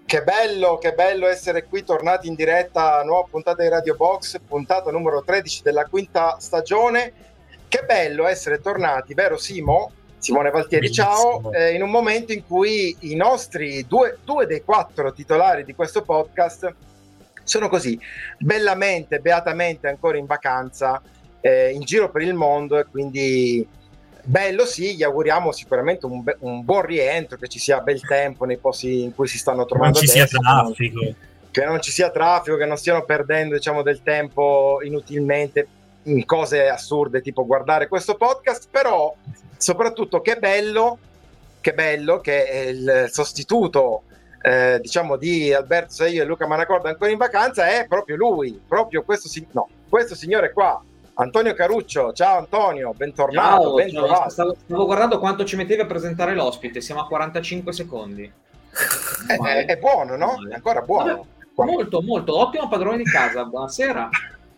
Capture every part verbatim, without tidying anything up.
Che bello, che bello essere qui, tornati in diretta, nuova puntata di Radio Box, puntata numero tredici della quinta stagione. Che bello essere tornati, vero Simo? Simone Valtieri, ciao, eh, in un momento in cui i nostri due, due dei quattro titolari di questo podcast sono così bellamente, beatamente ancora in vacanza, eh, in giro per il mondo, e quindi bello, sì, gli auguriamo sicuramente un, be- un buon rientro, che ci sia bel tempo nei posti in cui si stanno trovando non ci adesso, sia traffico. che non, che non ci sia traffico, che non stiano perdendo, diciamo, del tempo inutilmente in cose assurde tipo guardare questo podcast. Però soprattutto che bello che bello che è il sostituto eh, diciamo di Alberto Saio e Luca Manacorda ancora in vacanza è proprio lui, proprio questo, no, questo signore qua, Antonio Caruccio. Ciao Antonio, bentornato. Ciao, ben ciao. Stavo, stavo guardando quanto ci mettevi a presentare l'ospite, siamo a quarantacinque secondi. È, è, è buono, no? È ancora buono. Vabbè, molto, molto, ottimo padrone di casa, buonasera.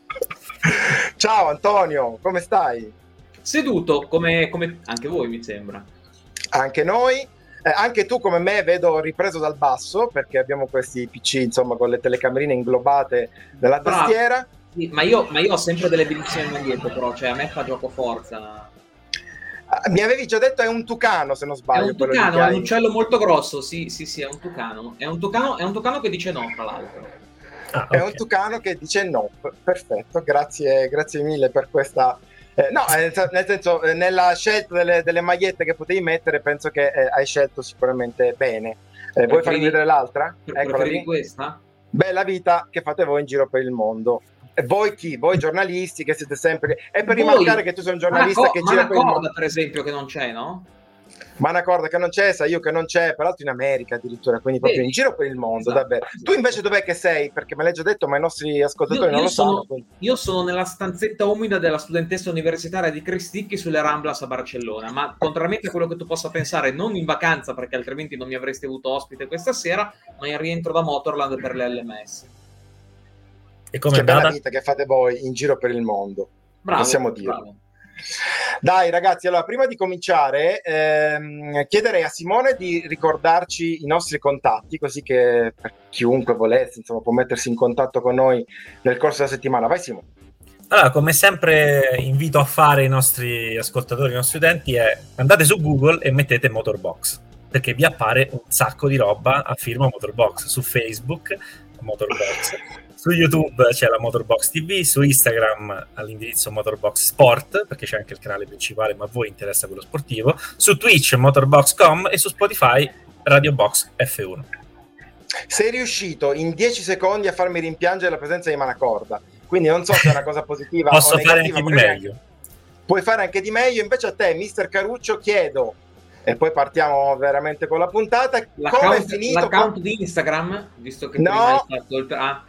Ciao Antonio, come stai? Seduto, come, come anche voi mi sembra. Anche noi, eh, anche tu come me vedo ripreso dal basso, perché abbiamo questi P C, insomma, con le telecamerine inglobate nella Bravo. tastiera. Sì, ma io, ma io ho sempre delle benedizioni in maglietto, però, cioè a me fa gioco forza. Mi avevi già detto è un tucano, se non sbaglio. È un tucano, è un uccello molto grosso, sì, sì, sì, è un tucano. È un tucano, è un tucano che dice no, tra l'altro. Ah, okay. È un tucano che dice no. Perfetto, grazie, grazie mille per questa... Eh, no, nel senso, nella scelta delle, delle magliette che potevi mettere, penso che eh, hai scelto sicuramente bene. Eh, vuoi farmi vedere l'altra? Eccola lì. Questa? Bella vita che fate voi in giro per il mondo. E voi chi? Voi giornalisti che siete sempre... È per voi, rimarcare che tu sei un giornalista Manaco- che gira per il mondo. Per esempio, che non c'è, no? Manacorda che non c'è, sai io che non c'è, peraltro in America addirittura, quindi proprio Vedi? in giro per il mondo, esatto, davvero. Esatto. Tu invece dov'è che sei? Perché me l'hai già detto, ma i nostri ascoltatori io, non io lo sono, sanno. Quindi... Io sono nella stanzetta umida della studentessa universitaria di Cristicchi sulle Ramblas a Barcellona, ma contrariamente a quello che tu possa pensare, non in vacanza, perché altrimenti non mi avresti avuto ospite questa sera, ma in rientro da Motorland per le L M S. E come che bella vita che fate voi in giro per il mondo, bravo, possiamo dire. Bravo. Dai ragazzi, allora prima di cominciare ehm, chiederei a Simone di ricordarci i nostri contatti, così che per chiunque volesse, insomma, può mettersi in contatto con noi nel corso della settimana. Vai Simone. Allora, come sempre invito a fare i nostri ascoltatori, i nostri utenti, è andate su Google e mettete Motorbox, perché vi appare un sacco di roba a firma Motorbox. Su Facebook Motorbox, su YouTube c'è la Motorbox T V, su Instagram all'indirizzo Motorbox Sport, perché c'è anche il canale principale, ma a voi interessa quello sportivo, su Twitch Motorbox punto com e su Spotify Radio Box F uno. Sei riuscito in dieci secondi a farmi rimpiangere la presenza di Manacorda, quindi non so se è una cosa positiva Posso o negativa. fare anche di meglio. Puoi fare anche di meglio. Invece a te, mister Caruccio, chiedo, e poi partiamo veramente con la puntata, come è finito l'account con... di Instagram, visto che no, prima hai fatto il... ah.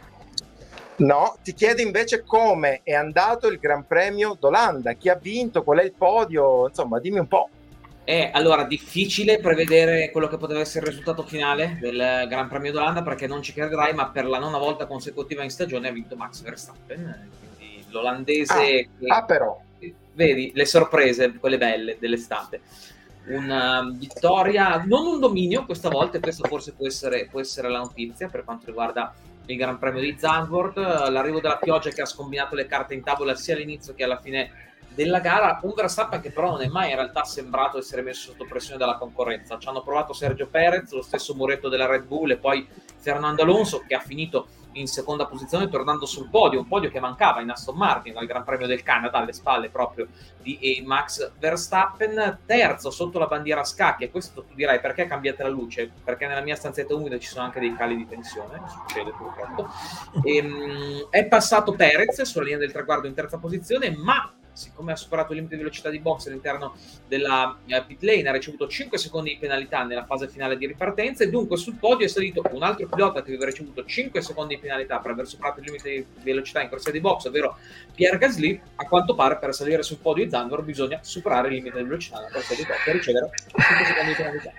no, ti chiedo invece come è andato il Gran Premio d'Olanda, chi ha vinto, qual è il podio, insomma dimmi un po'. È allora difficile prevedere quello che poteva essere il risultato finale del Gran Premio d'Olanda, perché non ci crederai, ma per la nona volta consecutiva in stagione ha vinto Max Verstappen, quindi l'olandese. Ah, che... ah però vedi le sorprese, quelle belle dell'estate. Una vittoria, non un dominio questa volta, e questo forse può essere, può essere la notizia per quanto riguarda il Gran Premio di Zandvoort, l'arrivo della pioggia che ha scombinato le carte in tavola sia all'inizio che alla fine della gara. Un Verstappen che però non è mai in realtà sembrato essere messo sotto pressione dalla concorrenza. Ci hanno provato Sergio Perez, lo stesso muretto della Red Bull, e poi Fernando Alonso, che ha finito in seconda posizione tornando sul podio, un podio che mancava in Aston Martin al Gran Premio del Canada, alle spalle proprio di Max Verstappen. Terzo sotto la bandiera a scacchi, e questo tu dirai perché cambiate la luce, perché nella mia stanzetta umida ci sono anche dei cali di tensione, succede purtroppo. E, è passato Perez sulla linea del traguardo in terza posizione, ma siccome ha superato il limite di velocità di box all'interno della uh, pit lane, ha ricevuto cinque secondi di penalità nella fase finale di ripartenza, e dunque sul podio è salito un altro pilota che aveva ricevuto cinque secondi di penalità per aver superato il limite di velocità in corsia di box, ovvero Pierre Gasly. A quanto pare per salire sul podio di Zandvoort bisogna superare il limite di velocità nella corsia di box per ricevere cinque secondi di penalità.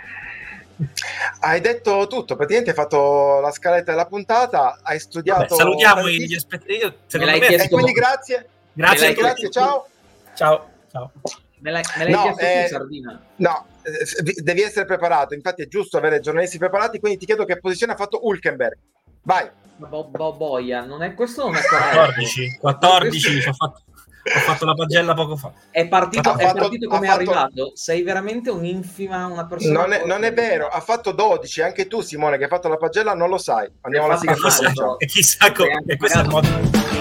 Hai detto tutto, praticamente hai fatto la scaletta della puntata, hai studiato. Vabbè, salutiamo gli aspettatori. E quindi grazie. Grazie, grazie, ciao. Ciao. Ciao. Me l'hai, me l'hai No, chiesto eh, tu, Sardina. No, eh, devi essere preparato, infatti è giusto avere giornalisti preparati, quindi ti chiedo che posizione ha fatto Hülkenberg. Vai. Bo- bo- boia, non è questo, non è corretto. quattordici, quattordici, ci ho fatto, ho fatto la pagella poco fa. È partito, Ha è fatto- partito come ha è fatto- arrivato. Sei veramente un'infima, una persona. Non è, non è vero, ha fatto dodici, anche tu Simone che hai fatto la pagella non lo sai. Andiamo alla sigla. fatto male, Forse- però. E chissà Sei come, anche e questo è il pagato. modo.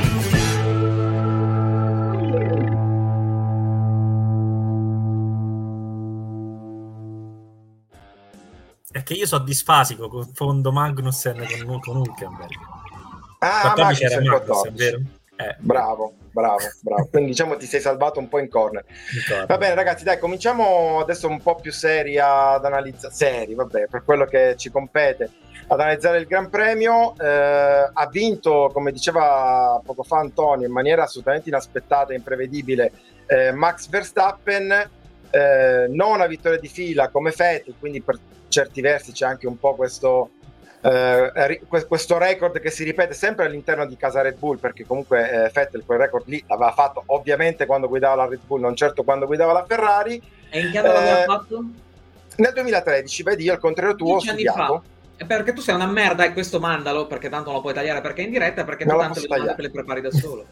È che io so disfasico, confondo Magnussen con, con Hülkenberg. Ah, quattordici era Magnussen, Magnussen, quattordici. vero? Eh, Bravo, bravo, bravo. Quindi diciamo ti sei salvato un po' in corner. ricordo. Va bene ragazzi, dai, cominciamo adesso un po' più seri ad analizzare, seri, vabbè, per quello che ci compete, ad analizzare il Gran Premio. Eh, ha vinto, come diceva poco fa Antonio, in maniera assolutamente inaspettata e imprevedibile, eh, Max Verstappen, eh, non una vittoria di fila come Vettel, quindi per certi versi c'è anche un po' questo... Uh, questo record che si ripete sempre all'interno di casa Red Bull, perché comunque eh, Vettel quel record lì l'aveva fatto ovviamente quando guidava la Red Bull, non certo quando guidava la Ferrari. E in che anno Eh, l'aveva fatto? Nel duemilatredici, vedi, io al contrario tuo ho Dieci anni studiato. fa. E perché tu sei una merda e questo mandalo, perché tanto non lo puoi tagliare perché è in diretta, perché Non tu la tante posso le domande te tagliare. le prepari da solo.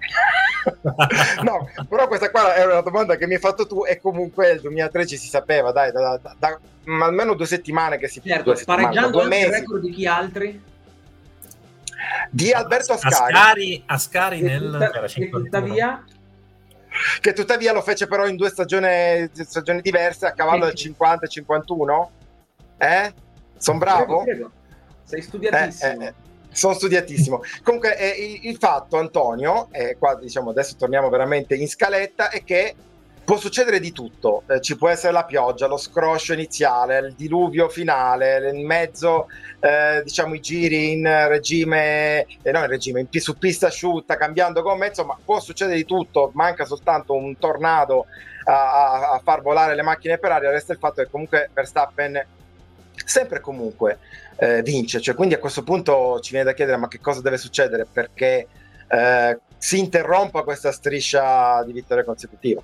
No, però questa qua è una domanda che mi hai fatto tu e comunque il duemilatredici si sapeva, dai, da, da, da ma almeno due settimane che si Certo, due settimane, pareggiando due anche il mesi record di chi altri? di Alberto Ascari, Ascari, Ascari Che, nel tutta- era che cinquantuno. tuttavia che tuttavia lo fece però in due stagioni, stagioni diverse a cavallo del cinquanta e cinquantuno. Eh? Sono bravo? Prego, prego. Sei studiatissimo. Eh, eh, eh. Sono studiatissimo. Comunque eh, il, il fatto, Antonio, e qua diciamo adesso torniamo veramente in scaletta, è che può succedere di tutto. Eh, ci può essere la pioggia, lo scroscio iniziale, il diluvio finale, in mezzo eh, diciamo i giri in regime, eh, no in regime, in, su pista asciutta, cambiando gomme, insomma può succedere di tutto, manca soltanto un tornado a, a, a far volare le macchine per aria. Resta il fatto che comunque Verstappen sempre e comunque eh, vince, cioè quindi a questo punto ci viene da chiedere ma che cosa deve succedere perché eh, si interrompa questa striscia di vittorie consecutive.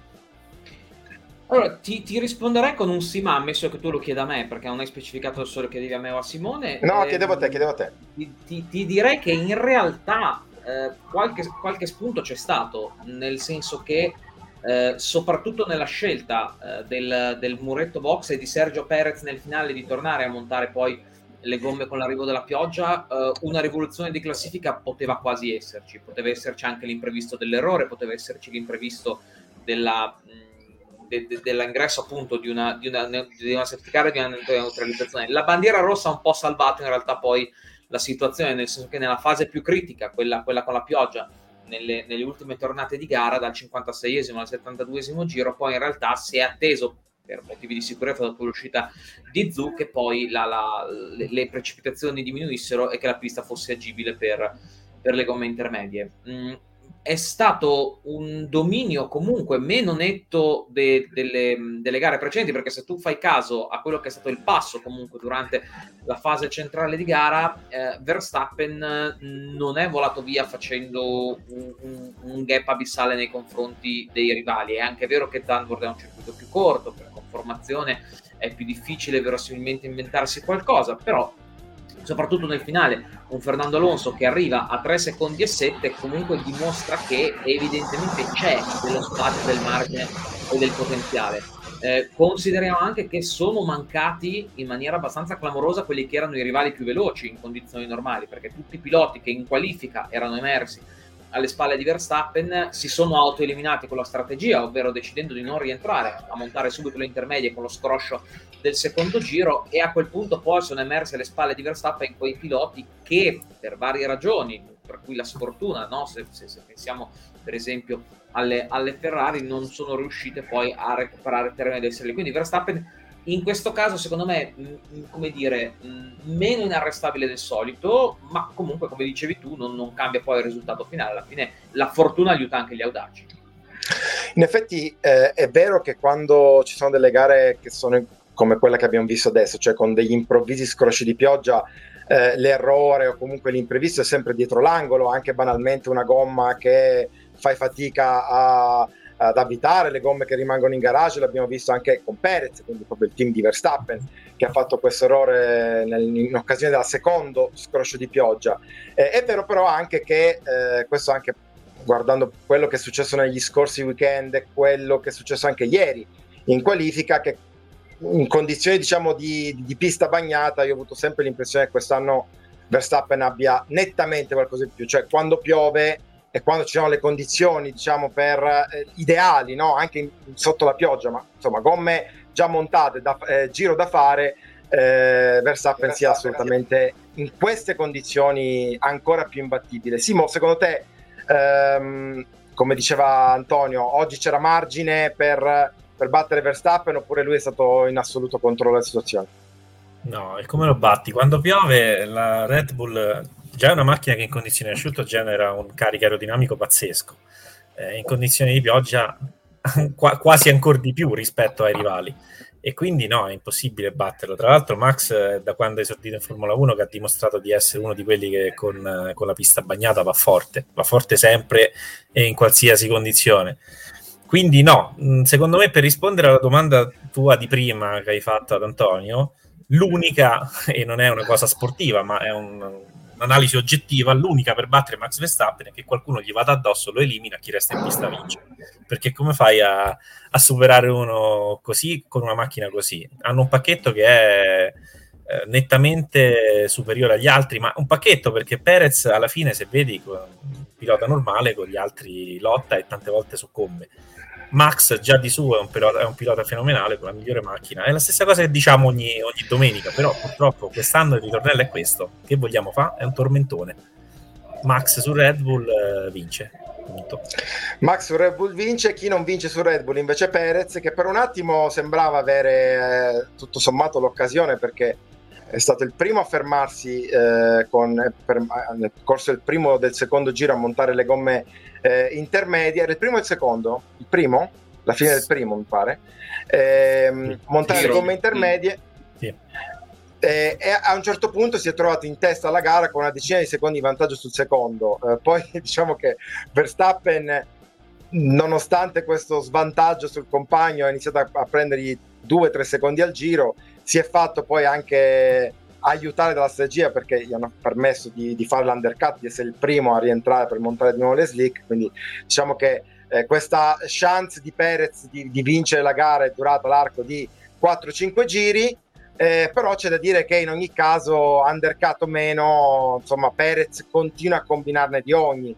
Allora, ti, ti risponderei con un sì, ma ammesso che tu lo chieda a me, perché non hai specificato solo chiedevi a me o a Simone. No, eh, chiedevo a te, chiedevo a te. Ti, ti, ti direi che in realtà eh, qualche, qualche spunto c'è stato, nel senso che eh, soprattutto nella scelta eh, del, del muretto box e di Sergio Perez nel finale di tornare a montare poi le gomme con l'arrivo della pioggia, eh, una rivoluzione di classifica poteva quasi esserci, poteva esserci anche l'imprevisto dell'errore, poteva esserci l'imprevisto della... Mh, De, de, dell'ingresso appunto di una, di una, di una safety car e di una neutralizzazione. La bandiera rossa ha un po' salvato in realtà poi la situazione, nel senso che nella fase più critica, quella, quella con la pioggia, nelle, nelle ultime tornate di gara, dal cinquantaseiesimo al settantaduesimo giro, poi in realtà si è atteso per motivi di sicurezza dopo l'uscita di Zhou che poi la, la, le, le precipitazioni diminuissero e che la pista fosse agibile per, per le gomme intermedie. Mm. È stato un dominio comunque meno netto de, delle, delle gare precedenti, perché se tu fai caso a quello che è stato il passo comunque durante la fase centrale di gara, eh, Verstappen non è volato via facendo un, un, un gap abissale nei confronti dei rivali. È anche vero che Zandvoort è un circuito più corto, per conformazione è più difficile verosimilmente inventarsi qualcosa, però soprattutto nel finale un Fernando Alonso che arriva a tre secondi e sette comunque dimostra che evidentemente c'è dello spazio, del margine e del potenziale. Eh, consideriamo anche che sono mancati in maniera abbastanza clamorosa quelli che erano i rivali più veloci in condizioni normali, perché tutti i piloti che in qualifica erano emersi alle spalle di Verstappen si sono autoeliminati con la strategia, ovvero decidendo di non rientrare a montare subito le intermedie con lo scroscio del secondo giro, e a quel punto poi sono emerse alle spalle di Verstappen quei piloti che per varie ragioni, per cui la sfortuna, no? se, se, se pensiamo per esempio alle, alle Ferrari, non sono riuscite poi a recuperare il terreno ed essere lì. Quindi Verstappen in questo caso secondo me mh, come dire mh, meno inarrestabile del solito, ma comunque come dicevi tu non, non cambia poi il risultato finale. Alla fine la fortuna aiuta anche gli audaci. In effetti eh, è vero che quando ci sono delle gare che sono come quella che abbiamo visto adesso, cioè con degli improvvisi scrosci di pioggia, eh, l'errore o comunque l'imprevisto è sempre dietro l'angolo, anche banalmente una gomma che fai fatica a ad avvitare le gomme che rimangono in garage, l'abbiamo visto anche con Perez, quindi proprio il team di Verstappen che ha fatto questo errore nel, in occasione del secondo scroscio di pioggia. Eh, è vero però anche che eh, questo anche guardando quello che è successo negli scorsi weekend e quello che è successo anche ieri in qualifica, che in condizioni diciamo di, di pista bagnata io ho avuto sempre l'impressione che quest'anno Verstappen abbia nettamente qualcosa di più, cioè quando piove e quando ci sono le condizioni diciamo per eh, ideali, no? Anche in, sotto la pioggia, ma insomma gomme già montate, da, eh, giro da fare, eh, Verstappen sia assolutamente in queste condizioni ancora più imbattibile. Simo, secondo te ehm, come diceva Antonio, oggi c'era margine per, per battere Verstappen oppure lui è stato in assoluto controllo della situazione? No, e come lo batti? Quando piove la Red Bull già è una macchina che in condizioni di asciutto genera un carico aerodinamico pazzesco, eh, in condizioni di pioggia qu- quasi ancora di più rispetto ai rivali, e quindi no, è impossibile batterlo. Tra l'altro Max eh, da quando è esordito in Formula uno che ha dimostrato di essere uno di quelli che con, con la pista bagnata va forte, va forte sempre e in qualsiasi condizione. Quindi no, secondo me per rispondere alla domanda tua di prima che hai fatto ad Antonio, l'unica, e non è una cosa sportiva ma è un, un'analisi oggettiva, l'unica per battere Max Verstappen è che qualcuno gli vada addosso, lo elimina, chi resta in pista vince, perché come fai a, a superare uno così con una macchina così? Hanno un pacchetto che è eh, nettamente superiore agli altri, ma un pacchetto perché Perez alla fine, se vedi, con un pilota normale con gli altri lotta e tante volte soccombe. Max già di suo è un, pilota, è un pilota fenomenale con la migliore macchina, è la stessa cosa che diciamo ogni, ogni domenica, però purtroppo quest'anno il ritornello è questo, che vogliamo fare? È un tormentone. Max su Red Bull eh, vince, punto. Max su Red Bull vince, chi non vince su Red Bull invece Perez, che per un attimo sembrava avere eh, tutto sommato l'occasione, perché è stato il primo a fermarsi eh, con, per, nel corso del primo o del secondo giro a montare le gomme eh, intermedie. Era il primo o il secondo? Il primo? La fine del primo mi pare. Eh, sì, montare sì, le gomme intermedie. Sì. Eh, e a un certo punto si è trovato in testa alla gara con una decina di secondi di vantaggio sul secondo. Eh, poi diciamo che Verstappen, nonostante questo svantaggio sul compagno, ha iniziato a, a prendergli due o tre secondi al giro. Si è fatto poi anche aiutare dalla strategia, perché gli hanno permesso di, di fare l'undercut, di essere il primo a rientrare per montare di nuovo le slick, quindi diciamo che eh, questa chance di Perez di, di vincere la gara è durata l'arco di quattro cinque giri, eh, però c'è da dire che in ogni caso, undercut o meno, insomma Perez continua a combinarne di ogni.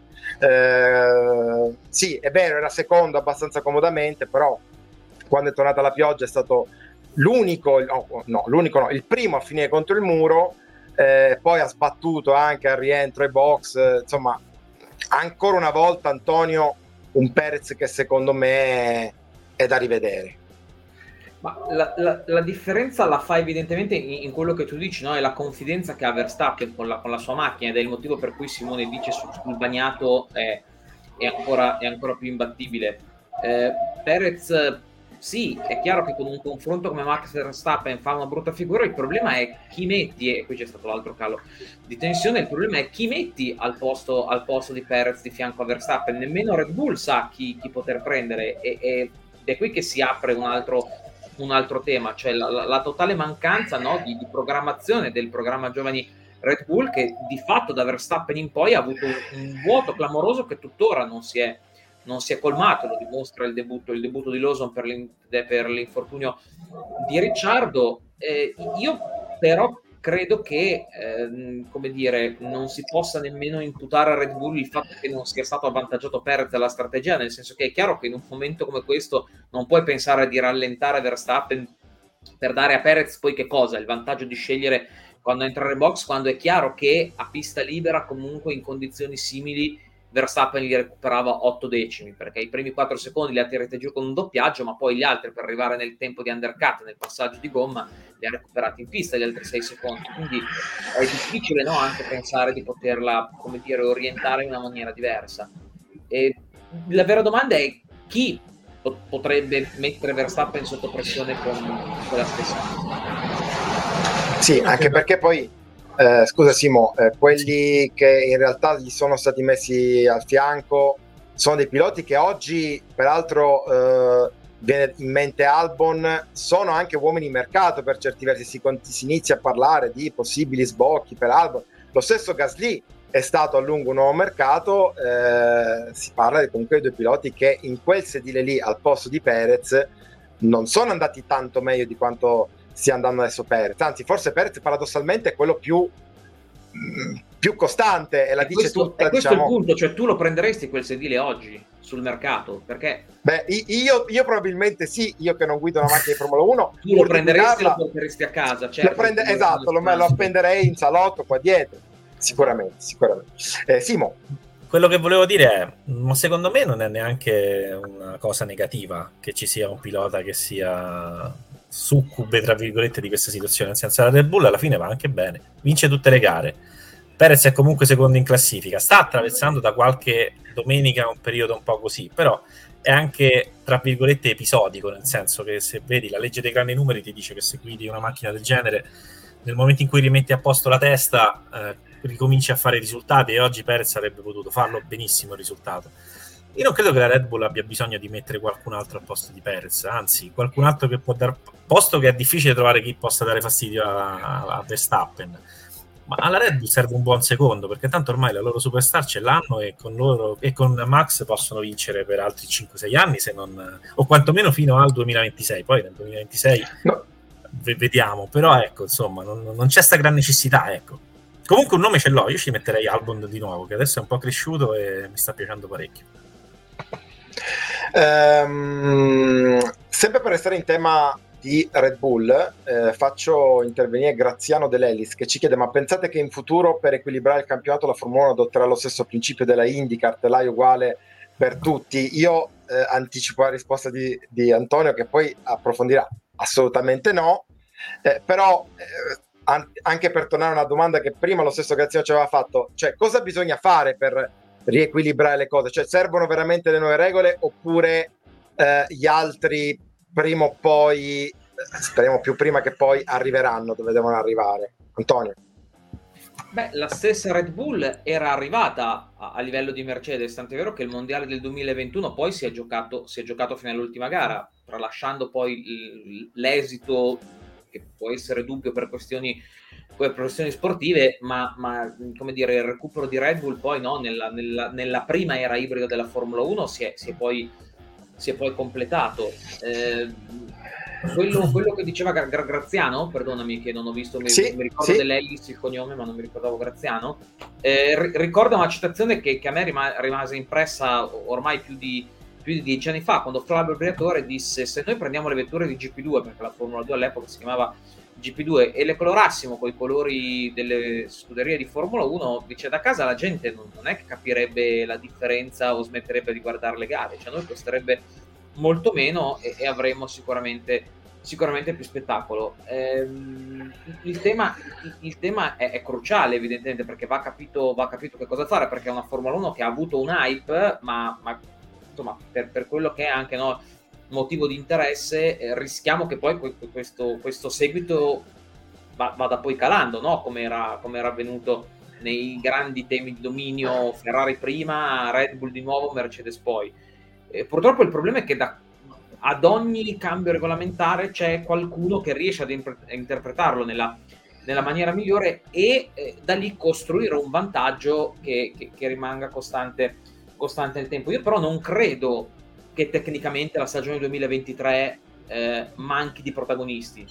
Eh, sì, è vero, era secondo abbastanza comodamente, però quando è tornata la pioggia è stato l'unico, no, no, l'unico no, il primo a finire contro il muro, eh, poi ha sbattuto anche al rientro ai box, eh, insomma ancora una volta Antonio un Perez che secondo me è, è da rivedere. Ma la, la, la differenza la fa evidentemente in, in quello che tu dici, no? È la confidenza che ha Verstappen con la, con la sua macchina, ed è il motivo per cui Simone dice sul, sul bagnato è, è, ancora, è ancora più imbattibile. eh, Perez sì, è chiaro che con un confronto come Max Verstappen fa una brutta figura, il problema è chi metti, e qui c'è stato l'altro calo di tensione, il problema è chi metti al posto, al posto di Perez di fianco a Verstappen. Nemmeno Red Bull sa chi, chi poter prendere, e, e, ed è qui che si apre un altro, un altro tema, cioè la, la, la totale mancanza, no, di, di programmazione del programma giovani Red Bull, che di fatto da Verstappen in poi ha avuto un, un vuoto clamoroso che tuttora non si è non si è colmato. Lo dimostra il debutto, il debutto di Lawson per, l'in, per l'infortunio di Ricciardo. Eh, io però credo che eh, come dire, non si possa nemmeno imputare a Red Bull il fatto che non sia stato avvantaggiato Perez dalla strategia, nel senso che è chiaro che in un momento come questo non puoi pensare di rallentare Verstappen per dare a Perez poi che cosa? Il vantaggio di scegliere quando entrare in box, quando è chiaro che a pista libera comunque in condizioni simili Verstappen gli recuperava otto decimi, perché i primi quattro secondi li ha tirati giù con un doppiaggio, ma poi gli altri, per arrivare nel tempo di undercut, nel passaggio di gomma, li ha recuperati in pista gli altri sei secondi. Quindi è difficile, no, anche pensare di poterla, come dire, orientare in una maniera diversa. E la vera domanda è chi potrebbe mettere Verstappen sotto pressione con quella stessa. Sì, anche perché poi Eh, scusa Simo, eh, quelli che in realtà gli sono stati messi al fianco sono dei piloti che oggi, peraltro, eh, viene in mente Albon, sono anche uomini di mercato per certi versi, si, si inizia a parlare di possibili sbocchi per Albon. Lo stesso Gasly è stato a lungo un nuovo mercato, eh, si parla comunque di due piloti che in quel sedile lì al posto di Perez non sono andati tanto meglio di quanto stia andando adesso Perez, anzi forse Perez paradossalmente è quello più mh, più costante e la e dice questo, tutta, e questo diciamo... è il punto, cioè tu lo prenderesti quel sedile oggi sul mercato? Perché beh, io, io probabilmente sì, io che non guido una macchina di Formula uno, tu lo prenderesti e lo porteresti a casa, certo, lo prende, esatto, lo, lo appenderei in salotto qua dietro, sicuramente, sicuramente. Eh, Simo, quello che volevo dire è, ma secondo me non è neanche una cosa negativa che ci sia un pilota che sia succube, tra virgolette, di questa situazione, nel senso la Red Bull alla fine va anche bene, vince tutte le gare, Perez è comunque secondo in classifica, sta attraversando da qualche domenica un periodo un po' così, però è anche, tra virgolette, episodico, nel senso che se vedi la legge dei grandi numeri ti dice che se guidi una macchina del genere, nel momento in cui rimetti a posto la testa, eh, ricominci a fare risultati, e oggi Perez avrebbe potuto farlo benissimo il risultato. Io non credo che la Red Bull abbia bisogno di mettere qualcun altro al posto di Perez, anzi qualcun altro che può dar, posto che è difficile trovare chi possa dare fastidio a, a Verstappen, ma alla Red Bull serve un buon secondo, perché tanto ormai la loro superstar ce l'hanno e con loro e con Max possono vincere per altri cinque sei anni, se non, o quantomeno fino al duemilaventisei. Poi nel duemilaventisei no. v- vediamo, però ecco, insomma, non, non c'è sta gran necessità, ecco. Comunque un nome ce l'ho, io ci metterei Albon di nuovo, che adesso è un po' cresciuto e mi sta piacendo parecchio. Um, sempre per restare in tema di Red Bull, eh, faccio intervenire Graziano Dell'Ellis che ci chiede: ma pensate che in futuro per equilibrare il campionato la Formula uno adotterà lo stesso principio della IndyCar, telai uguale per tutti? Io eh, anticipo la risposta di, di Antonio, che poi approfondirà. Assolutamente no, eh, però eh, an- anche per tornare a una domanda che prima lo stesso Graziano ci aveva fatto, cioè cosa bisogna fare per riequilibrare le cose? Cioè servono veramente le nuove regole oppure eh, gli altri prima o poi, speriamo più prima che poi, arriveranno dove devono arrivare? Antonio? Beh, la stessa Red Bull era arrivata a, a livello di Mercedes, tant'è vero che il mondiale del duemilaventuno poi si è giocato, si è giocato fino all'ultima gara, tralasciando poi l- l'esito che può essere dubbio per questioni, per questioni sportive, ma, ma come dire, il recupero di Red Bull poi no, nella, nella, nella prima era ibrida della Formula uno si è, si è poi si è poi completato. Eh, quello, quello che diceva Gra- Graziano, perdonami che non ho visto, mi, sì, mi ricordo sì. dell'Ellis il cognome, ma non mi ricordavo Graziano. Eh, ri- ricorda una citazione che, che a me rima- rimase impressa ormai più di, più di dieci anni fa, quando Flavio Briatore disse: se noi prendiamo le vetture di G P due, perché la Formula due all'epoca si chiamava G P due, e le colorassimo con i colori delle scuderie di Formula uno, dice, da casa la gente non, non è che capirebbe la differenza o smetterebbe di guardare le gare, cioè a noi costerebbe molto meno e, e avremmo sicuramente sicuramente più spettacolo. Ehm, il tema, il, il tema è, è cruciale evidentemente, perché va capito, va capito che cosa fare, perché è una Formula uno che ha avuto un hype, ma, ma insomma per, per quello che è anche no, motivo di interesse, eh, rischiamo che poi questo, questo seguito va, vada poi calando, no? come era come era avvenuto nei grandi temi di dominio, Ferrari prima, Red Bull di nuovo, Mercedes poi. Eh, purtroppo il problema è che da, ad ogni cambio regolamentare c'è qualcuno che riesce ad impre- a interpretarlo nella, nella maniera migliore e eh, da lì costruire un vantaggio che, che, che rimanga costante, costante nel tempo. Io però non credo che tecnicamente la stagione duemilaventitré eh, manchi di protagonisti,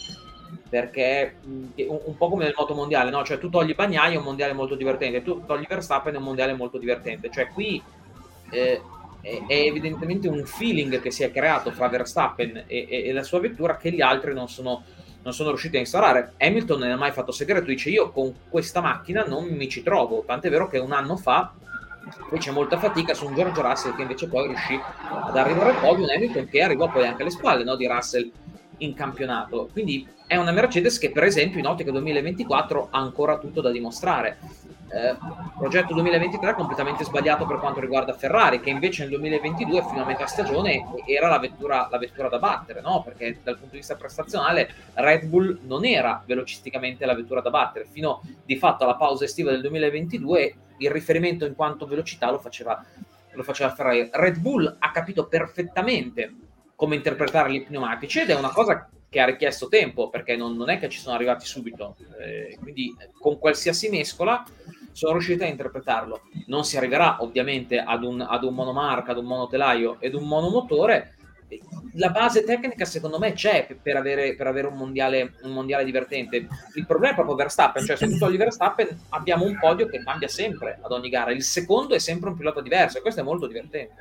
perché mh, un, un po' come nel moto mondiale, no? Cioè tu togli Bagnaia, è un mondiale molto divertente, tu togli Verstappen, è un mondiale molto divertente, cioè qui eh, è, è evidentemente un feeling che si è creato fra Verstappen e, e, e la sua vettura che gli altri non sono, non sono riusciti a instaurare. Hamilton non ha mai fatto segreto, dice: io con questa macchina non mi ci trovo, tant'è vero che un anno fa fece molta fatica su un George Russell che invece poi riuscì ad arrivare al podio, un Hamilton che arrivò poi anche alle spalle, no, di Russell in campionato. Quindi è una Mercedes che per esempio in ottica duemilaventiquattro ha ancora tutto da dimostrare. Eh, progetto duemilaventitré completamente sbagliato per quanto riguarda Ferrari, che invece nel duemilaventidue fino a metà stagione era la vettura, la vettura da battere, no? Perché dal punto di vista prestazionale Red Bull non era velocisticamente la vettura da battere fino di fatto alla pausa estiva del duemilaventidue. Il riferimento in quanto velocità lo faceva, lo faceva Ferrari. Red Bull ha capito perfettamente come interpretare gli pneumatici ed è una cosa che ha richiesto tempo, perché non, non è che ci sono arrivati subito, eh, quindi con qualsiasi mescola sono riusciti a interpretarlo. Non si arriverà ovviamente ad un, ad un monomarca, ad un monotelaio ed un monomotore. La base tecnica secondo me c'è per avere, per avere un, mondiale, un mondiale divertente. Il problema è proprio Verstappen, cioè se tu togli Verstappen abbiamo un podio che cambia sempre ad ogni gara, il secondo è sempre un pilota diverso e questo è molto divertente.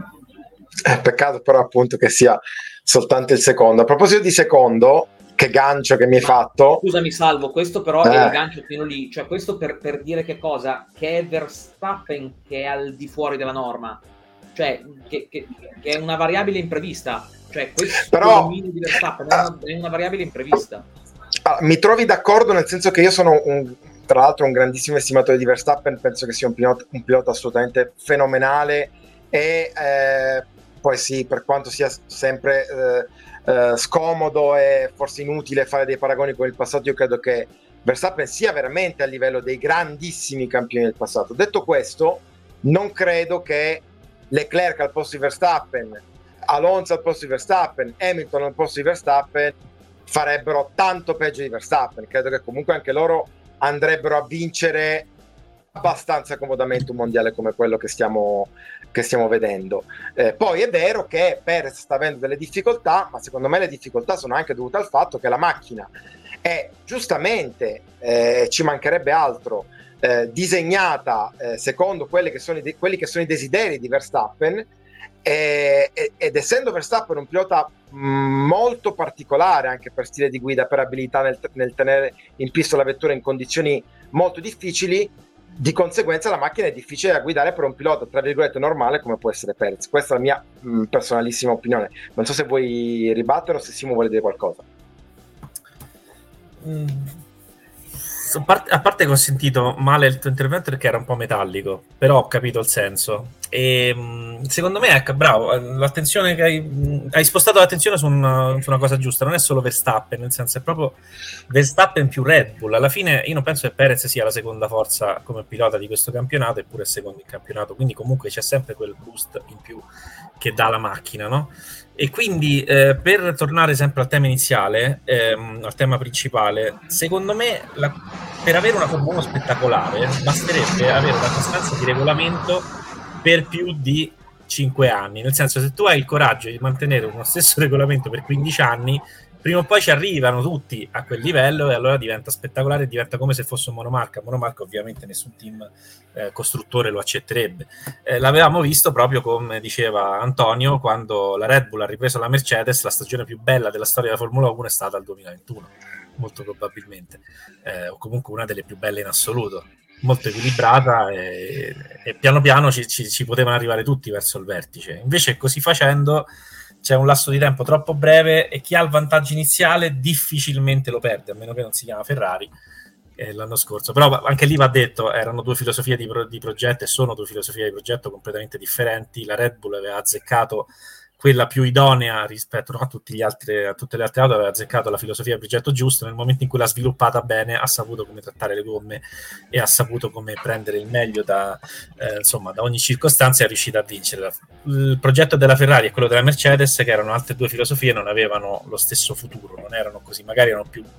Eh, peccato però appunto che sia soltanto il secondo. A proposito di secondo, che gancio che mi hai fatto. Scusami Salvo, questo però eh. è il gancio fino lì, cioè questo per, per dire che cosa? Che è Verstappen che è al di fuori della norma, cioè che, che, che è una variabile imprevista, cioè questo però, dominio di Verstappen è una, è una variabile imprevista. Ah, mi trovi d'accordo, nel senso che io sono un, tra l'altro un grandissimo estimatore di Verstappen, penso che sia un pilota, un pilota assolutamente fenomenale e eh, poi sì, per quanto sia sempre eh, eh, scomodo e forse inutile fare dei paragoni con il passato, io credo che Verstappen sia veramente a livello dei grandissimi campioni del passato. Detto questo, non credo che Leclerc al posto di Verstappen, Alonso al posto di Verstappen, Hamilton al posto di Verstappen farebbero tanto peggio di Verstappen. Credo che comunque anche loro andrebbero a vincere abbastanza comodamente un mondiale come quello che stiamo, che stiamo vedendo. Eh, poi è vero che Perez sta avendo delle difficoltà, ma secondo me le difficoltà sono anche dovute al fatto che la macchina è giustamente, eh, ci mancherebbe altro, eh, disegnata eh, secondo quelli che, sono i de- quelli che sono i desideri di Verstappen, eh, ed essendo Verstappen un pilota molto particolare anche per stile di guida, per abilità nel, nel tenere in pista la vettura in condizioni molto difficili, di conseguenza la macchina è difficile da guidare per un pilota tra virgolette normale come può essere Perez. Questa è la mia mh, personalissima opinione. Non so se vuoi ribattere o se Simo vuole dire qualcosa. Mm. A parte, a parte che ho sentito male il tuo intervento perché era un po' metallico, però ho capito il senso. E secondo me, ecco, bravo, l'attenzione che hai, hai spostato l'attenzione su una, su una cosa giusta. Non è solo Verstappen, nel senso è proprio Verstappen più Red Bull. Alla fine io non penso che Perez sia la seconda forza come pilota di questo campionato, eppure è secondo in campionato, quindi comunque c'è sempre quel boost in più che dà la macchina, no? E quindi eh, per tornare sempre al tema iniziale, ehm, al tema principale, secondo me la, per avere una Formula uno spettacolare basterebbe avere una costanza di regolamento per più di cinque anni, nel senso, se tu hai il coraggio di mantenere uno stesso regolamento per quindici anni, prima o poi ci arrivano tutti a quel livello e allora diventa spettacolare, diventa come se fosse un monomarca. Monomarca ovviamente nessun team eh, costruttore lo accetterebbe. Eh, l'avevamo visto proprio come diceva Antonio, quando la Red Bull ha ripreso la Mercedes, la stagione più bella della storia della Formula uno è stata il duemilaventuno, molto probabilmente, eh, o comunque una delle più belle in assoluto, molto equilibrata e, e piano piano ci, ci, ci potevano arrivare tutti verso il vertice. Invece così facendo c'è un lasso di tempo troppo breve e chi ha il vantaggio iniziale difficilmente lo perde, a meno che non si chiama Ferrari eh, l'anno scorso. Però anche lì va detto, erano due filosofie di, pro- di progetto e sono due filosofie di progetto completamente differenti. La Red Bull aveva azzeccato quella più idonea rispetto no, a, tutti gli altri, a tutte le altre auto, aveva azzeccato la filosofia di progetto giusto. Nel momento in cui l'ha sviluppata bene ha saputo come trattare le gomme e ha saputo come prendere il meglio da, eh, insomma, da ogni circostanza e è riuscita a vincere. Il progetto della Ferrari e quello della Mercedes, che erano altre due filosofie, non avevano lo stesso futuro, non erano così, magari erano più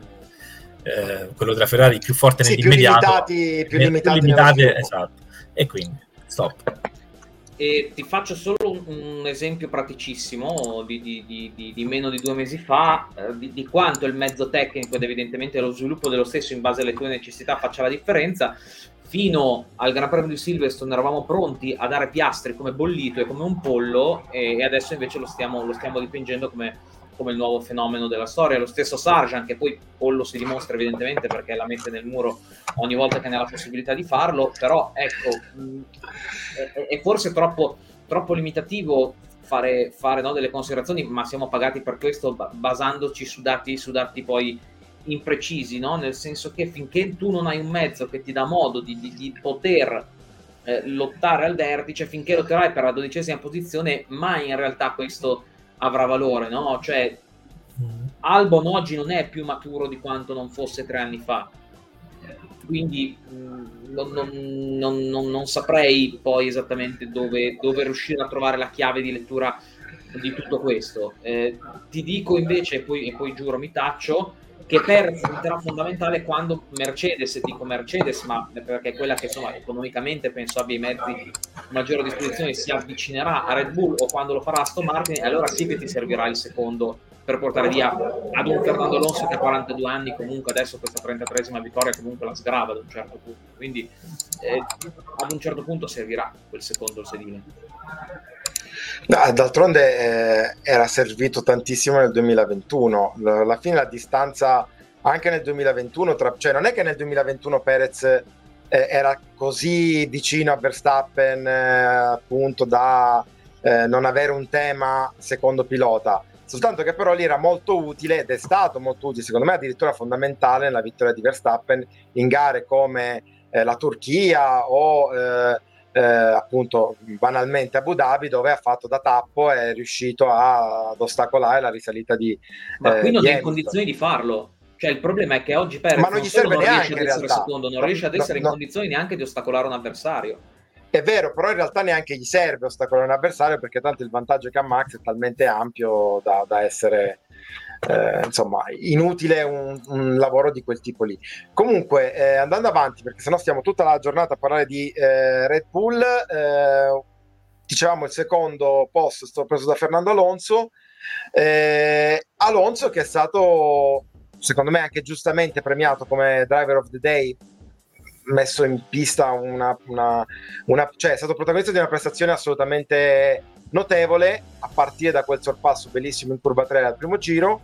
eh, quello della Ferrari più forte sì, nell'immediato, più limitati, più eh, limitati più limitati esatto. E quindi stop. E ti faccio solo un, un esempio praticissimo di, di, di, di meno di due mesi fa, eh, di, di quanto il mezzo tecnico ed evidentemente lo sviluppo dello stesso in base alle tue necessità faccia la differenza. Fino al Gran Premio di Silverstone eravamo pronti a dare Piastri come bollito e come un pollo, e, e adesso invece lo stiamo, lo stiamo dipingendo come, come il nuovo fenomeno della storia. Lo stesso Sargent, che poi pollo si dimostra evidentemente perché la mette nel muro ogni volta che ne ha la possibilità di farlo, però ecco, mh, è, è forse troppo, troppo limitativo fare, fare no, delle considerazioni, ma siamo pagati per questo basandoci su dati, su dati poi imprecisi, no? Nel senso che finché tu non hai un mezzo che ti dà modo di, di, di poter eh, lottare al vertice, finché lotterai per la dodicesima posizione, mai in realtà questo avrà valore, no? Cioè Albon oggi non è più maturo di quanto non fosse tre anni fa. quindi mh, non, non, non, non, non saprei poi esattamente dove, dove riuscire a trovare la chiave di lettura di tutto questo. Eh, ti dico invece, e poi, e poi giuro mi taccio, che Perez diventerà fondamentale quando Mercedes, dico Mercedes, ma perché è quella che insomma economicamente penso abbia i mezzi maggiore a disposizione, si avvicinerà a Red Bull, o quando lo farà Aston Martin, e allora sì che ti servirà il secondo per portare via ad un Fernando Alonso che ha quarantadue anni, comunque adesso questa trentatreesima vittoria comunque la sgrava ad un certo punto, quindi eh, ad un certo punto servirà quel secondo sedile. No, d'altronde eh, era servito tantissimo nel duemilaventuno. Alla fine la distanza anche nel duemilaventuno, tra, cioè non è che nel duemilaventuno Perez eh, era così vicino a Verstappen eh, appunto da eh, non avere un tema secondo pilota, soltanto che però lì era molto utile, ed è stato molto utile, secondo me addirittura fondamentale nella vittoria di Verstappen in gare come eh, la Turchia o eh, Eh, appunto banalmente Abu Dhabi, dove ha fatto da tappo e è riuscito a, ad ostacolare la risalita di ma eh, qui non di è in condizioni di farlo, cioè il problema è che oggi Perez ma non gli serve non neanche riesce ad essere secondo, non no, riesce ad essere no, in condizioni no. neanche di ostacolare un avversario. È vero, però in realtà neanche gli serve ostacolare un avversario, perché tanto il vantaggio che ha Max è talmente ampio da, da essere eh, insomma inutile un, un lavoro di quel tipo lì. Comunque eh, andando avanti, perché sennò stiamo tutta la giornata a parlare di eh, Red Bull, eh, dicevamo il secondo posto è stato preso da Fernando Alonso, eh, Alonso che è stato secondo me anche giustamente premiato come driver of the day, messo in pista una, una, una cioè è stato protagonista di una prestazione assolutamente notevole, a partire da quel sorpasso bellissimo in curva tre al primo giro,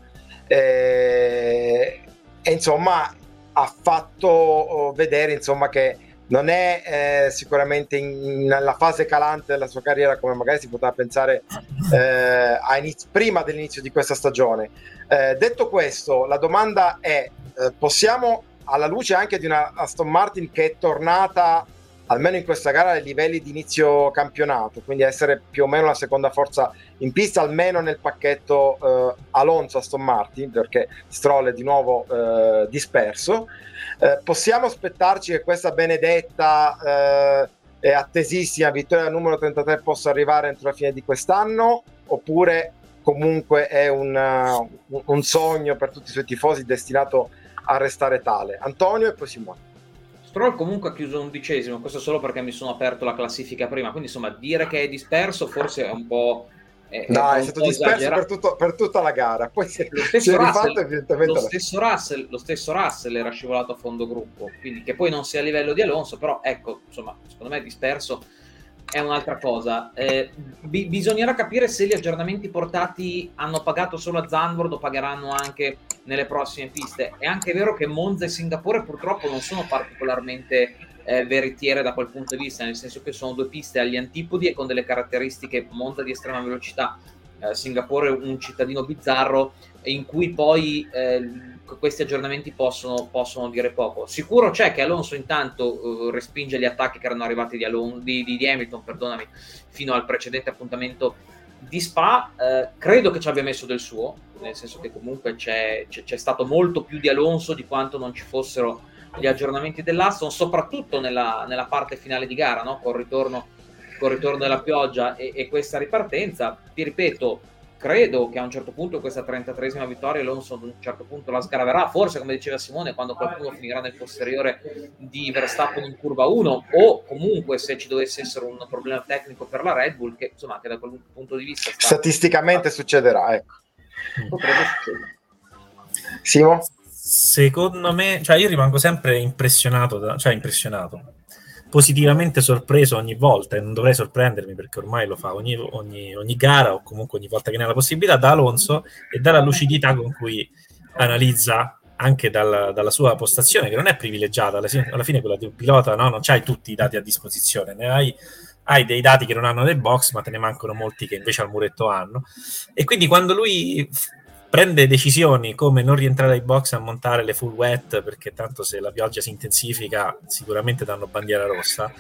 eh, e insomma ha fatto vedere insomma che non è eh, sicuramente in, nella fase calante della sua carriera come magari si poteva pensare eh, a iniz- prima dell'inizio di questa stagione. Eh, detto questo, la domanda è eh, possiamo, alla luce anche di una Aston Martin che è tornata almeno in questa gara ai livelli di inizio campionato, quindi essere più o meno la seconda forza in pista, almeno nel pacchetto eh, Alonso Aston Martin, perché Stroll è di nuovo eh, disperso, eh, possiamo aspettarci che questa benedetta eh, e attesissima vittoria numero trentatré possa arrivare entro la fine di quest'anno, oppure comunque è un, uh, un sogno per tutti i suoi tifosi destinato a restare tale? Antonio e poi Simone. Stroll comunque ha chiuso undicesimo, questo solo perché mi sono aperto la classifica prima, quindi insomma dire che è disperso forse è un po'... È, no, è, è stato disperso per, tutto, per tutta la gara, poi si, lo stesso, si è rifatto Russell, evidentemente lo, stesso Russell, lo stesso Russell era scivolato a fondo gruppo, quindi che poi non sia a livello di Alonso, però ecco, insomma, secondo me disperso è un'altra cosa. Eh, bi- bisognerà capire se gli aggiornamenti portati hanno pagato solo a Zandvoort o pagheranno anche nelle prossime piste. È anche vero che Monza e Singapore purtroppo non sono particolarmente eh, veritiere da quel punto di vista, nel senso che sono due piste agli antipodi e con delle caratteristiche, Monza di estrema velocità, eh, Singapore un cittadino bizzarro, in cui poi eh, questi aggiornamenti possono, possono dire poco. Sicuro c'è che Alonso intanto uh, respinge gli attacchi che erano arrivati di, Alon- di, di, di Hamilton, perdonami, fino al precedente appuntamento di Spa. Eh, credo che ci abbia messo del suo, nel senso che comunque c'è, c'è, c'è stato molto più di Alonso di quanto non ci fossero gli aggiornamenti dell'Aston, soprattutto nella, nella parte finale di gara, no? Col ritorno, col ritorno della pioggia e, e questa ripartenza. Ti ripeto, credo che a un certo punto questa trentatreesima vittoria Alonso ad un certo punto la sgraverà, forse come diceva Simone, quando qualcuno finirà nel posteriore di Verstappen in curva uno, o comunque se ci dovesse essere un problema tecnico per la Red Bull, che insomma che da quel punto di vista sta, statisticamente sta, succederà, ecco. Potrebbe succedere. Simo? Secondo me, cioè io rimango sempre impressionato, da, cioè impressionato, positivamente sorpreso ogni volta, e non dovrei sorprendermi perché ormai lo fa ogni, ogni, ogni gara, o comunque ogni volta che ne ha la possibilità, da Alonso, e dalla lucidità con cui analizza anche dal, dalla sua postazione, che non è privilegiata, alla fine, alla fine quella di un pilota, no? Non c'hai tutti i dati a disposizione, ne hai, hai dei dati che non hanno nel box, ma te ne mancano molti che invece al muretto hanno, e quindi quando lui prende decisioni come non rientrare ai box a montare le full wet, perché tanto se la pioggia si intensifica sicuramente danno bandiera rossa,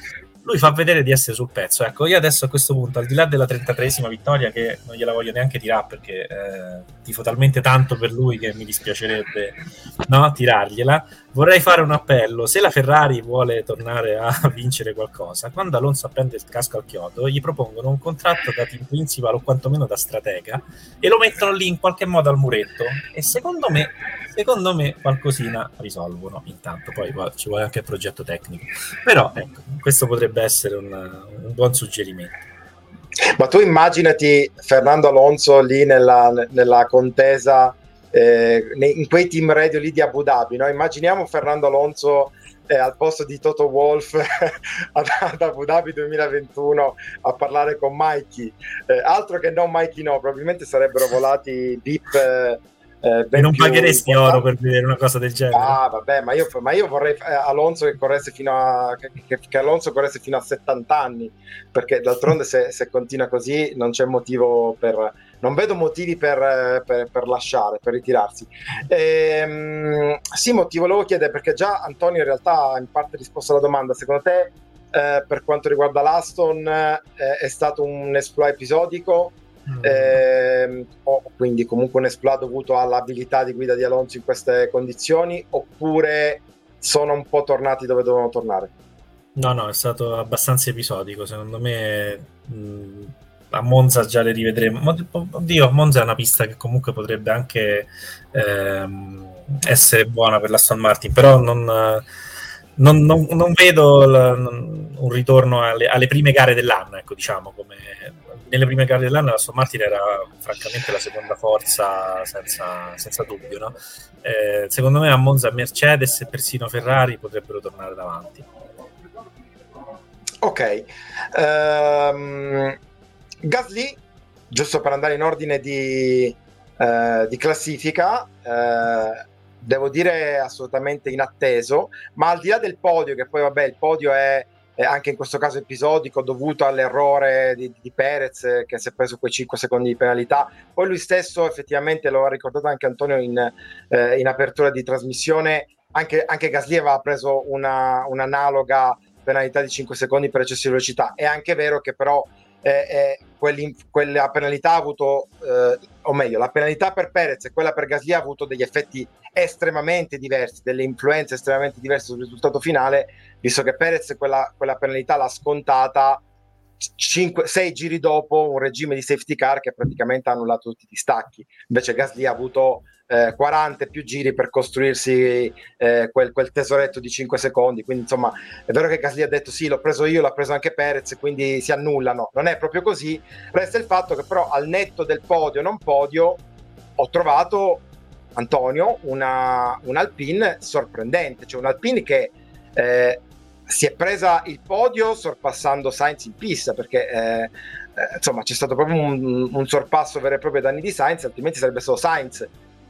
lui fa vedere di essere sul pezzo. Ecco, io adesso a questo punto, al di là della trentatreesima vittoria, che non gliela voglio neanche tirare perché eh, tifo talmente tanto per lui che mi dispiacerebbe, no, tirargliela, vorrei fare un appello: se la Ferrari vuole tornare a vincere qualcosa, quando Alonso appende il casco al chiodo gli propongono un contratto da team principal o quantomeno da stratega e lo mettono lì in qualche modo al muretto, e secondo me secondo me qualcosina risolvono. Intanto poi ci vuole anche il progetto tecnico, però ecco, questo potrebbe essere un, un buon suggerimento. Ma tu immaginati Fernando Alonso lì nella, nella contesa, eh, in quei team radio lì di Abu Dhabi, no? Immaginiamo Fernando Alonso eh, al posto di Toto Wolff ad, ad Abu Dhabi duemilaventuno a parlare con Mikey, eh, altro che non Mikey, no, probabilmente sarebbero volati beep eh, Eh, e non pagheresti importanti. Oro per vedere una cosa del genere? Ah, vabbè, ma io, ma io vorrei eh, Alonso che corresse fino a che, che, che Alonso corresse fino a settanta anni, perché d'altronde se, se continua così non c'è motivo per non vedo motivi per, per, per lasciare, per ritirarsi. Ehm, Simo, ti volevo chiedere, perché già Antonio in realtà ha in parte risposto alla domanda. Secondo te eh, per quanto riguarda l'Aston eh, è stato un esploit episodico? Eh, o quindi comunque un esploit dovuto all'abilità di guida di Alonso in queste condizioni, oppure sono un po' tornati dove dovevano tornare? No, no, è stato abbastanza episodico, secondo me. Mh, a Monza già le rivedremo. Oddio, Monza è una pista che comunque potrebbe anche ehm, essere buona per l'Aston Martin, però non, non, non, non vedo la, un ritorno alle, alle prime gare dell'anno, ecco, diciamo, come nelle prime gare dell'anno la Aston Martin era francamente la seconda forza senza, senza dubbio, no? Eh, secondo me a Monza Mercedes e persino Ferrari potrebbero tornare davanti. Ok, um, Gasly, giusto per andare in ordine di, uh, di classifica, uh, devo dire assolutamente inatteso, ma al di là del podio, che poi vabbè il podio è Eh, anche in questo caso episodico, dovuto all'errore di, di Perez, eh, che si è preso quei cinque secondi di penalità. Poi lui stesso effettivamente, lo ha ricordato anche Antonio in, eh, in apertura di trasmissione, anche, anche Gasly aveva preso una, un'analoga penalità di cinque secondi per eccesso di velocità. È anche vero che però eh, eh, quella penalità ha avuto, eh, o meglio, la penalità per Perez e quella per Gasly ha avuto degli effetti estremamente diversi, delle influenze estremamente diverse sul risultato finale, visto che Perez quella, quella penalità l'ha scontata sei giri dopo un regime di safety car che praticamente ha annullato tutti i distacchi. Invece Gasly ha avuto eh, quaranta più giri per costruirsi eh, quel, quel tesoretto di cinque secondi, quindi insomma è vero che Gasly ha detto sì, l'ho preso io, l'ha preso anche Perez, quindi si annullano. Non è proprio così. Resta il fatto che però al netto del podio non podio ho trovato, Antonio, una, un Alpine sorprendente, cioè un Alpine che eh, si è presa il podio sorpassando Sainz in pista, perché eh, eh, insomma c'è stato proprio un, un sorpasso vero e proprio ai danni di Sainz, altrimenti sarebbe stato Sainz,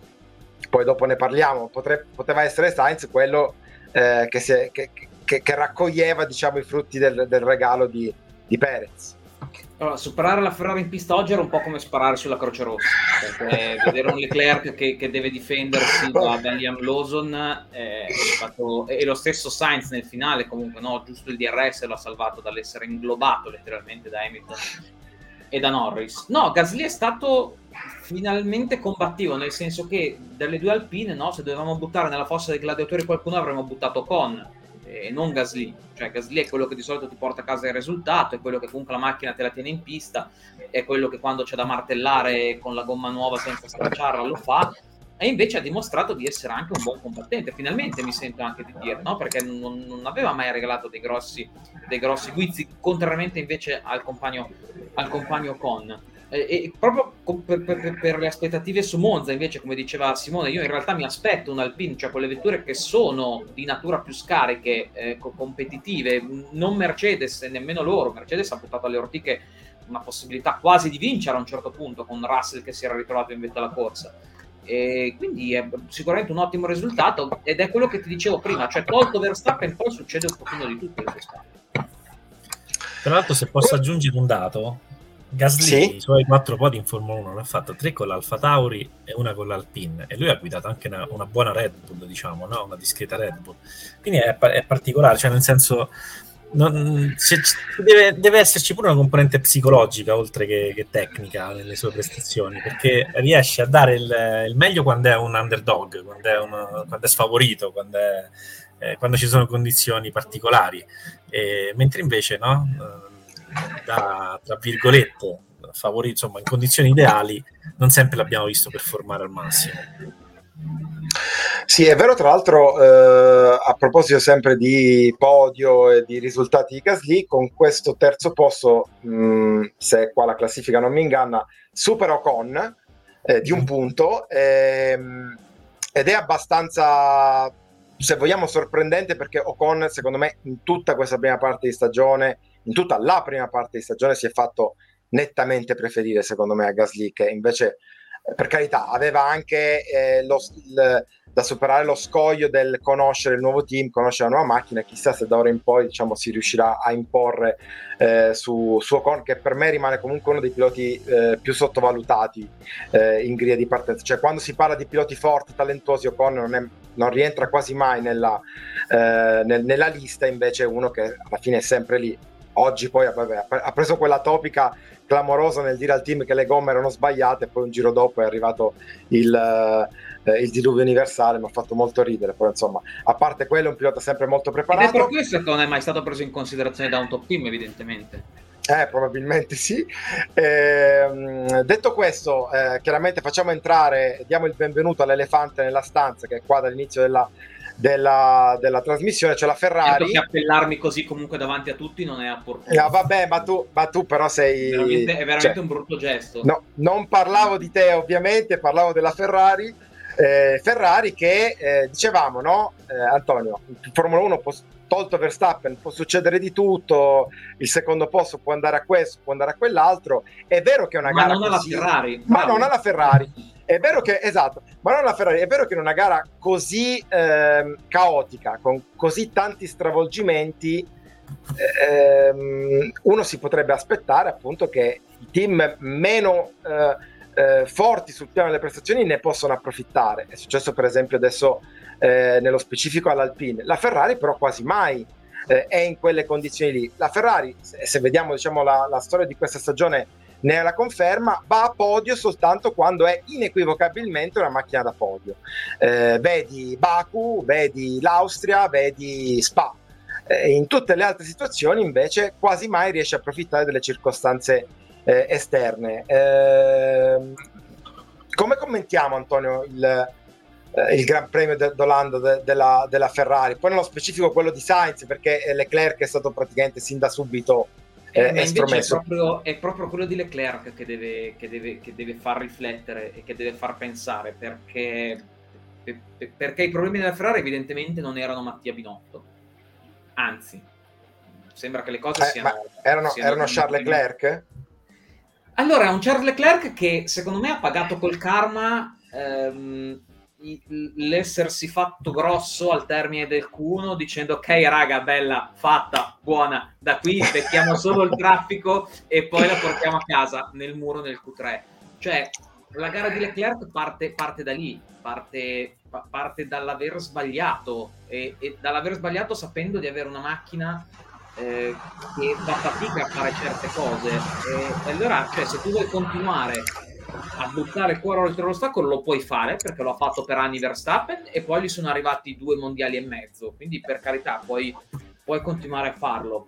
poi dopo ne parliamo, Potre, poteva essere Sainz quello eh, che, si è, che, che, che raccoglieva, diciamo, i frutti del, del regalo di, di Perez. Allora, superare la Ferrari in pista oggi era un po' come sparare sulla Croce Rossa, perché vedere un Leclerc che, che deve difendersi da, da Liam Lawson eh, è stato, e lo stesso Sainz nel finale comunque, no, giusto il D R S l'ha salvato dall'essere inglobato letteralmente da Hamilton e da Norris. No, Gasly è stato finalmente combattivo, nel senso che dalle due Alpine, no, se dovevamo buttare nella fossa dei gladiatori qualcuno avremmo buttato Ocon e non Gasly. Cioè Gasly è quello che di solito ti porta a casa il risultato, è quello che comunque la macchina te la tiene in pista, è quello che quando c'è da martellare con la gomma nuova senza stracciarla lo fa, e invece ha dimostrato di essere anche un buon combattente, finalmente mi sento anche di dire, no? Perché non, non aveva mai regalato dei grossi, dei grossi guizzi, contrariamente invece al compagno, al compagno Ocon. E, e proprio per, per, per le aspettative su Monza, invece, come diceva Simone, io in realtà mi aspetto un Alpine, cioè con le vetture che sono di natura più scariche, eh, competitive, non Mercedes e nemmeno loro. Mercedes ha buttato alle ortiche una possibilità quasi di vincere a un certo punto con Russell che si era ritrovato in vetta alla corsa, e quindi è sicuramente un ottimo risultato, ed è quello che ti dicevo prima, cioè tolto Verstappen poi succede un pochino di tutto in quest'anno. Tra l'altro, se posso aggiungere un dato, Gasly sì? I suoi quattro podi in Formula uno l'ha fatto tre con l'Alfa Tauri e una con l'Alpine, e lui ha guidato anche una, una buona Red Bull, diciamo, no? Una discreta Red Bull, quindi è, è particolare, cioè nel senso non, se, deve, deve esserci pure una componente psicologica oltre che, che tecnica nelle sue prestazioni, perché riesce a dare il, il meglio quando è un underdog, quando è, un, quando è sfavorito, quando, è, eh, quando ci sono condizioni particolari, e, mentre invece no, da, tra virgolette favorito, insomma in condizioni ideali non sempre l'abbiamo visto performare al massimo. Sì, è vero, tra l'altro, eh, a proposito sempre di podio e di risultati di Gasly, con questo terzo posto, mh, se qua la classifica non mi inganna, supera Ocon eh, di un punto, ehm, ed è abbastanza, se vogliamo, sorprendente, perché Ocon, secondo me, in tutta questa prima parte di stagione, in tutta la prima parte di stagione, si è fatto nettamente preferire, secondo me, a Gasly, che invece, per carità, aveva anche eh, lo, il, da superare lo scoglio del conoscere il nuovo team, conoscere la nuova macchina, e chissà se da ora in poi, diciamo, si riuscirà a imporre eh, su, su Ocon, che per me rimane comunque uno dei piloti eh, più sottovalutati eh, in griglia di partenza. Cioè, quando si parla di piloti forti, talentuosi, Ocon non, è, non rientra quasi mai nella, eh, nel, nella lista, invece è uno che alla fine è sempre lì. Oggi poi vabbè, ha preso quella topica clamorosa nel dire al team che le gomme erano sbagliate, e poi un giro dopo è arrivato il, eh, il diluvio universale, mi ha fatto molto ridere. Poi insomma, a parte quello, è un pilota sempre molto preparato. Ed è per questo che non è mai stato preso in considerazione da un top team, evidentemente. Eh, probabilmente sì. Eh, detto questo, eh, chiaramente facciamo entrare, diamo il benvenuto all'elefante nella stanza, che è qua dall'inizio della Della, della trasmissione, c'è la Ferrari. Certo che appellarmi così comunque davanti a tutti non è opportuno. No, vabbè, ma tu, ma tu però sei... È veramente, è veramente cioè, un brutto gesto. No, non parlavo di te ovviamente, parlavo della Ferrari. Eh, Ferrari che, eh, dicevamo, no, eh, Antonio, in Formula uno, può, tolto Verstappen, può succedere di tutto, il secondo posto può andare a questo, può andare a quell'altro. È vero che è una ma gara non così, alla Ferrari. ma Bravo. non alla Ferrari. È vero che, esatto, ma non la Ferrari, è vero che in una gara così eh, caotica, con così tanti stravolgimenti, ehm, uno si potrebbe aspettare appunto che i team meno eh, eh, forti sul piano delle prestazioni ne possono approfittare. È successo per esempio adesso eh, nello specifico all'Alpine. La Ferrari però quasi mai eh, è in quelle condizioni lì. La Ferrari, se, se vediamo diciamo la, la storia di questa stagione, ne è la conferma, va a podio soltanto quando è inequivocabilmente una macchina da podio. Eh, vedi Baku, vedi l'Austria, vedi Spa. Eh, in tutte le altre situazioni invece quasi mai riesce a approfittare delle circostanze eh, esterne. Eh, come commentiamo, Antonio, il, eh, il Gran Premio de- d'Olanda de- della, della Ferrari? Poi nello specifico quello di Sainz, perché Leclerc è stato praticamente sin da subito Eh, eh, ma invece è estromesso. proprio, è proprio quello di Leclerc che deve, che, deve, che deve far riflettere e che deve far pensare, perché, perché i problemi della Ferrari evidentemente non erano Mattia Binotto, anzi sembra che le cose Eh, siano, ma erano, siano erano Charles Leclerc? Allora, è un Charles Leclerc che secondo me ha pagato col karma ehm, l'essersi fatto grosso al termine del Q uno, dicendo ok raga, bella, fatta, buona, da qui becchiamo solo il traffico e poi la portiamo a casa nel muro nel Q tre. Cioè la gara di Leclerc parte, parte da lì, parte, parte dall'aver sbagliato e, e dall'aver sbagliato sapendo di avere una macchina eh, che fa fatica a fare certe cose e, e allora, cioè, se tu vuoi continuare a buttare il cuore oltre l'ostacolo lo puoi fare, perché lo ha fatto per anni Verstappen e poi gli sono arrivati due mondiali e mezzo, quindi per carità puoi, puoi continuare a farlo.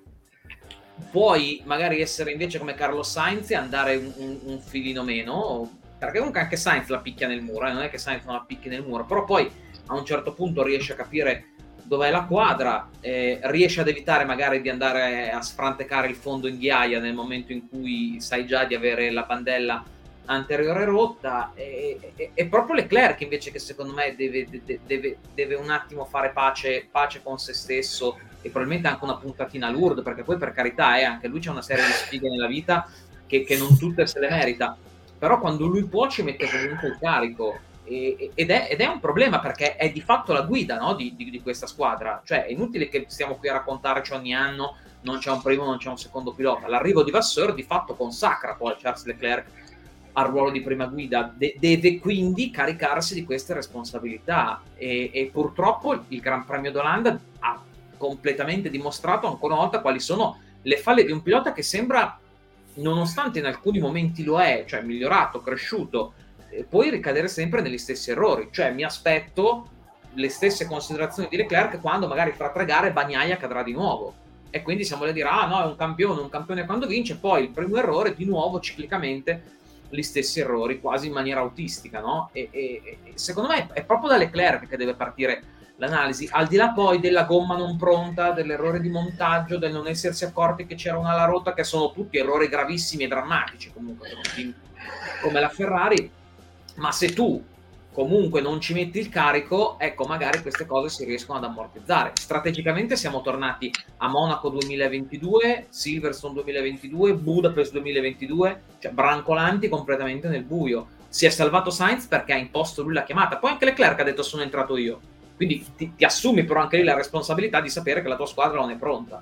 Puoi magari essere invece come Carlos Sainz e andare un, un, un filino meno, perché comunque anche Sainz la picchia nel muro, eh? Non è che Sainz non la picchi nel muro, però poi a un certo punto riesce a capire dov'è la quadra, eh, riesce ad evitare magari di andare a sfrantecare il fondo in ghiaia nel momento in cui sai già di avere la bandella anteriore rotta. E, e, e proprio Leclerc invece che secondo me deve, deve, deve un attimo fare pace, pace con se stesso e probabilmente anche una puntatina a Lourdes, perché poi per carità eh, anche lui c'è una serie di sfighe nella vita che, che non tutte se le merita, però quando lui può ci mette comunque il carico e, ed, è, ed è un problema, perché è di fatto la guida, no, di, di, di questa squadra. Cioè è inutile che stiamo qui a raccontarci ogni anno non c'è un primo, non c'è un secondo pilota. L'arrivo di Vasseur di fatto consacra poi Charles Leclerc al ruolo di prima guida, De- deve quindi caricarsi di queste responsabilità e, e purtroppo il Gran Premio d'Olanda ha, completamente dimostrato ancora una volta quali sono le falle di un pilota che sembra, nonostante in alcuni momenti lo è, cioè migliorato, cresciuto, eh, poi ricadere sempre negli stessi errori. Cioè mi aspetto le stesse considerazioni di Leclerc quando magari fra tre gare Bagnaia cadrà di nuovo, e quindi siamo lì a dire ah no, è un campione, un campione quando vince, poi il primo errore di nuovo ciclicamente gli stessi errori, quasi in maniera autistica, no? E, e, e secondo me è proprio da Leclerc che deve partire l'analisi, al di là poi della gomma non pronta, dell'errore di montaggio, del non essersi accorti che c'era un'ala rotta, che sono tutti errori gravissimi e drammatici comunque per un team come la Ferrari. Ma se tu comunque non ci metti il carico, ecco, magari queste cose si riescono ad ammortizzare. Strategicamente siamo tornati a Monaco duemilaventidue, Silverstone duemilaventidue, Budapest duemilaventidue, cioè brancolanti completamente nel buio. Si è salvato Sainz perché ha imposto lui la chiamata, poi anche Leclerc ha detto sono entrato io. Quindi ti, ti assumi però anche lì la responsabilità di sapere che la tua squadra non è pronta.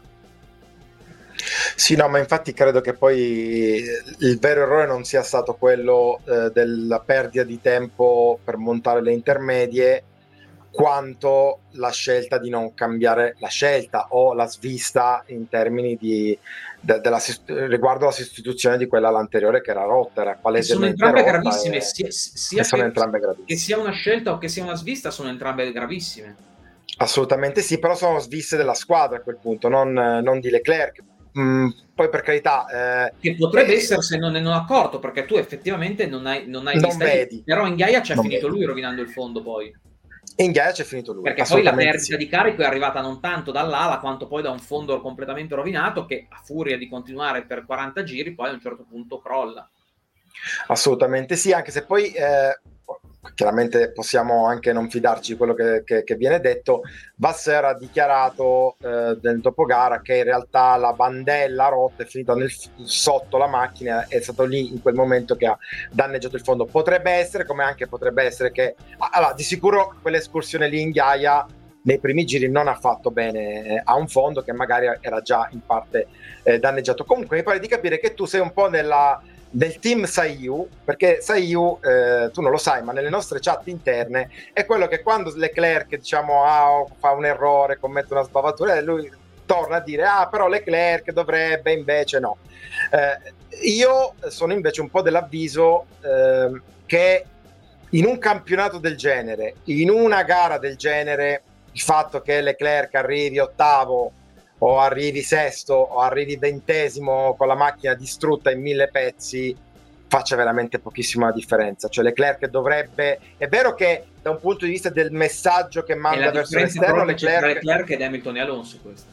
Sì, no, ma infatti credo che poi il vero errore non sia stato quello eh, della perdita di tempo per montare le intermedie, quanto la scelta di non cambiare la scelta o la svista in termini di de, della, riguardo alla sostituzione di quella anteriore che era rotta, era palesemente sono entrambe rotta gravissime, e, sia, sia e sono che, entrambe gravissime. Che sia una scelta o che sia una svista, sono entrambe gravissime. Assolutamente sì, però sono sviste della squadra a quel punto, non, non di Leclerc. Mm, poi per carità, eh, che potrebbe eh, essere se non è non accorto, perché tu effettivamente non hai, non hai non vista vedi. Lì. Però in Ghiaia c'è non finito vedi. lui rovinando il fondo poi. In Ghiaia c'è finito lui. Perché poi la perdita sì. di carico è arrivata non tanto dall'ala quanto poi da un fondo completamente rovinato che a furia di continuare per quaranta giri poi a un certo punto crolla. Assolutamente sì, anche se poi eh, chiaramente possiamo anche non fidarci di quello che, che, che viene detto. Vasseur ha dichiarato eh, nel dopogara che in realtà la bandella rotta è finita nel, sotto la macchina, è stato lì in quel momento che ha danneggiato il fondo. Potrebbe essere, come anche potrebbe essere che allora, di sicuro quell'escursione lì in Ghiaia nei primi giri non ha fatto bene eh, a un fondo che magari era già in parte eh, danneggiato. Comunque mi pare di capire che tu sei un po' nella del team Saiyu, perché Saiyu, eh, tu non lo sai, ma nelle nostre chat interne è quello che quando Leclerc diciamo ah, fa un errore, commette una sbavatura, lui torna a dire ah però Leclerc dovrebbe, invece no. Eh, io sono invece un po' dell'avviso eh, che in un campionato del genere, in una gara del genere, il fatto che Leclerc arrivi ottavo o arrivi sesto o arrivi ventesimo con la macchina distrutta in mille pezzi faccia veramente pochissima differenza. Cioè Leclerc dovrebbe, è vero che da un punto di vista del messaggio che manda verso l'esterno Leclerc... Leclerc ed Hamilton e Alonso questo.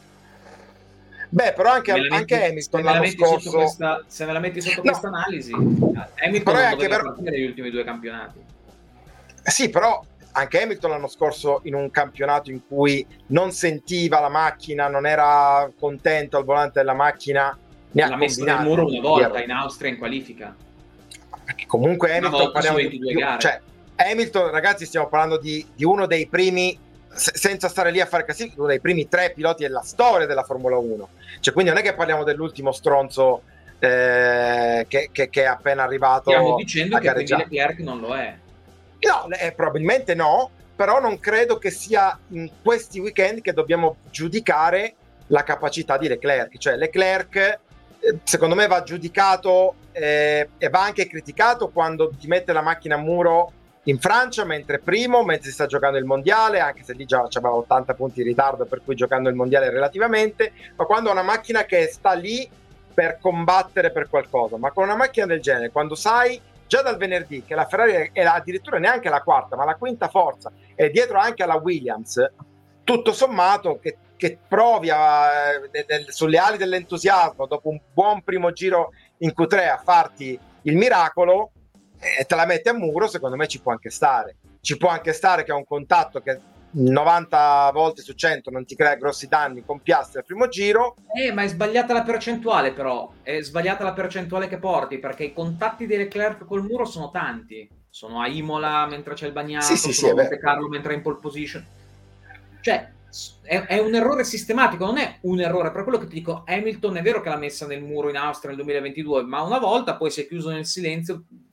Beh, però anche, metti, anche Hamilton l'anno scorso questa, se me la metti sotto no. questa analisi Hamilton però non anche doveva ver... partire negli ultimi due campionati. Sì, però anche Hamilton l'anno scorso in un campionato in cui non sentiva la macchina, non era contento al volante della macchina, ne l'ha ha messo nel muro una volta in Austria in qualifica. Perché comunque Hamilton parliamo di più, cioè Hamilton, ragazzi, stiamo parlando di, di uno dei primi, se, senza stare lì a fare casino, uno dei primi tre piloti della storia della Formula uno. Cioè, quindi non è che parliamo dell'ultimo stronzo eh, che, che, che è appena arrivato. Stiamo dicendo che quindi Leclerc non lo è. No, eh, probabilmente no, però non credo che sia in questi weekend che dobbiamo giudicare la capacità di Leclerc. Cioè Leclerc, eh, secondo me, va giudicato eh, e va anche criticato quando ti mette la macchina a muro in Francia, mentre primo, mentre si sta giocando il mondiale, anche se lì già c'aveva ottanta punti di ritardo, per cui giocando il mondiale relativamente, ma quando ha una macchina che sta lì per combattere per qualcosa. Ma con una macchina del genere, quando sai già dal venerdì che la Ferrari è addirittura neanche la quarta ma la quinta forza e dietro anche alla Williams, tutto sommato che, che provi a, eh, nel, sulle ali dell'entusiasmo dopo un buon primo giro in Q tre a farti il miracolo e eh, te la metti a muro, secondo me ci può anche stare ci può anche stare che è un contatto che novanta volte su cento non ti crea grossi danni con Piastri al primo giro. Eh, ma è sbagliata la percentuale, però è sbagliata la percentuale che porti, perché i contatti di Leclerc col muro sono tanti, sono a Imola mentre c'è il bagnato, sì, sì, sono sì, a Monte Carlo mentre è in pole position, cioè è, è un errore sistematico, non è un errore. Per quello che ti dico, Hamilton è vero che l'ha messa nel muro in Austria nel duemilaventidue, ma una volta poi si è chiuso nel silenzio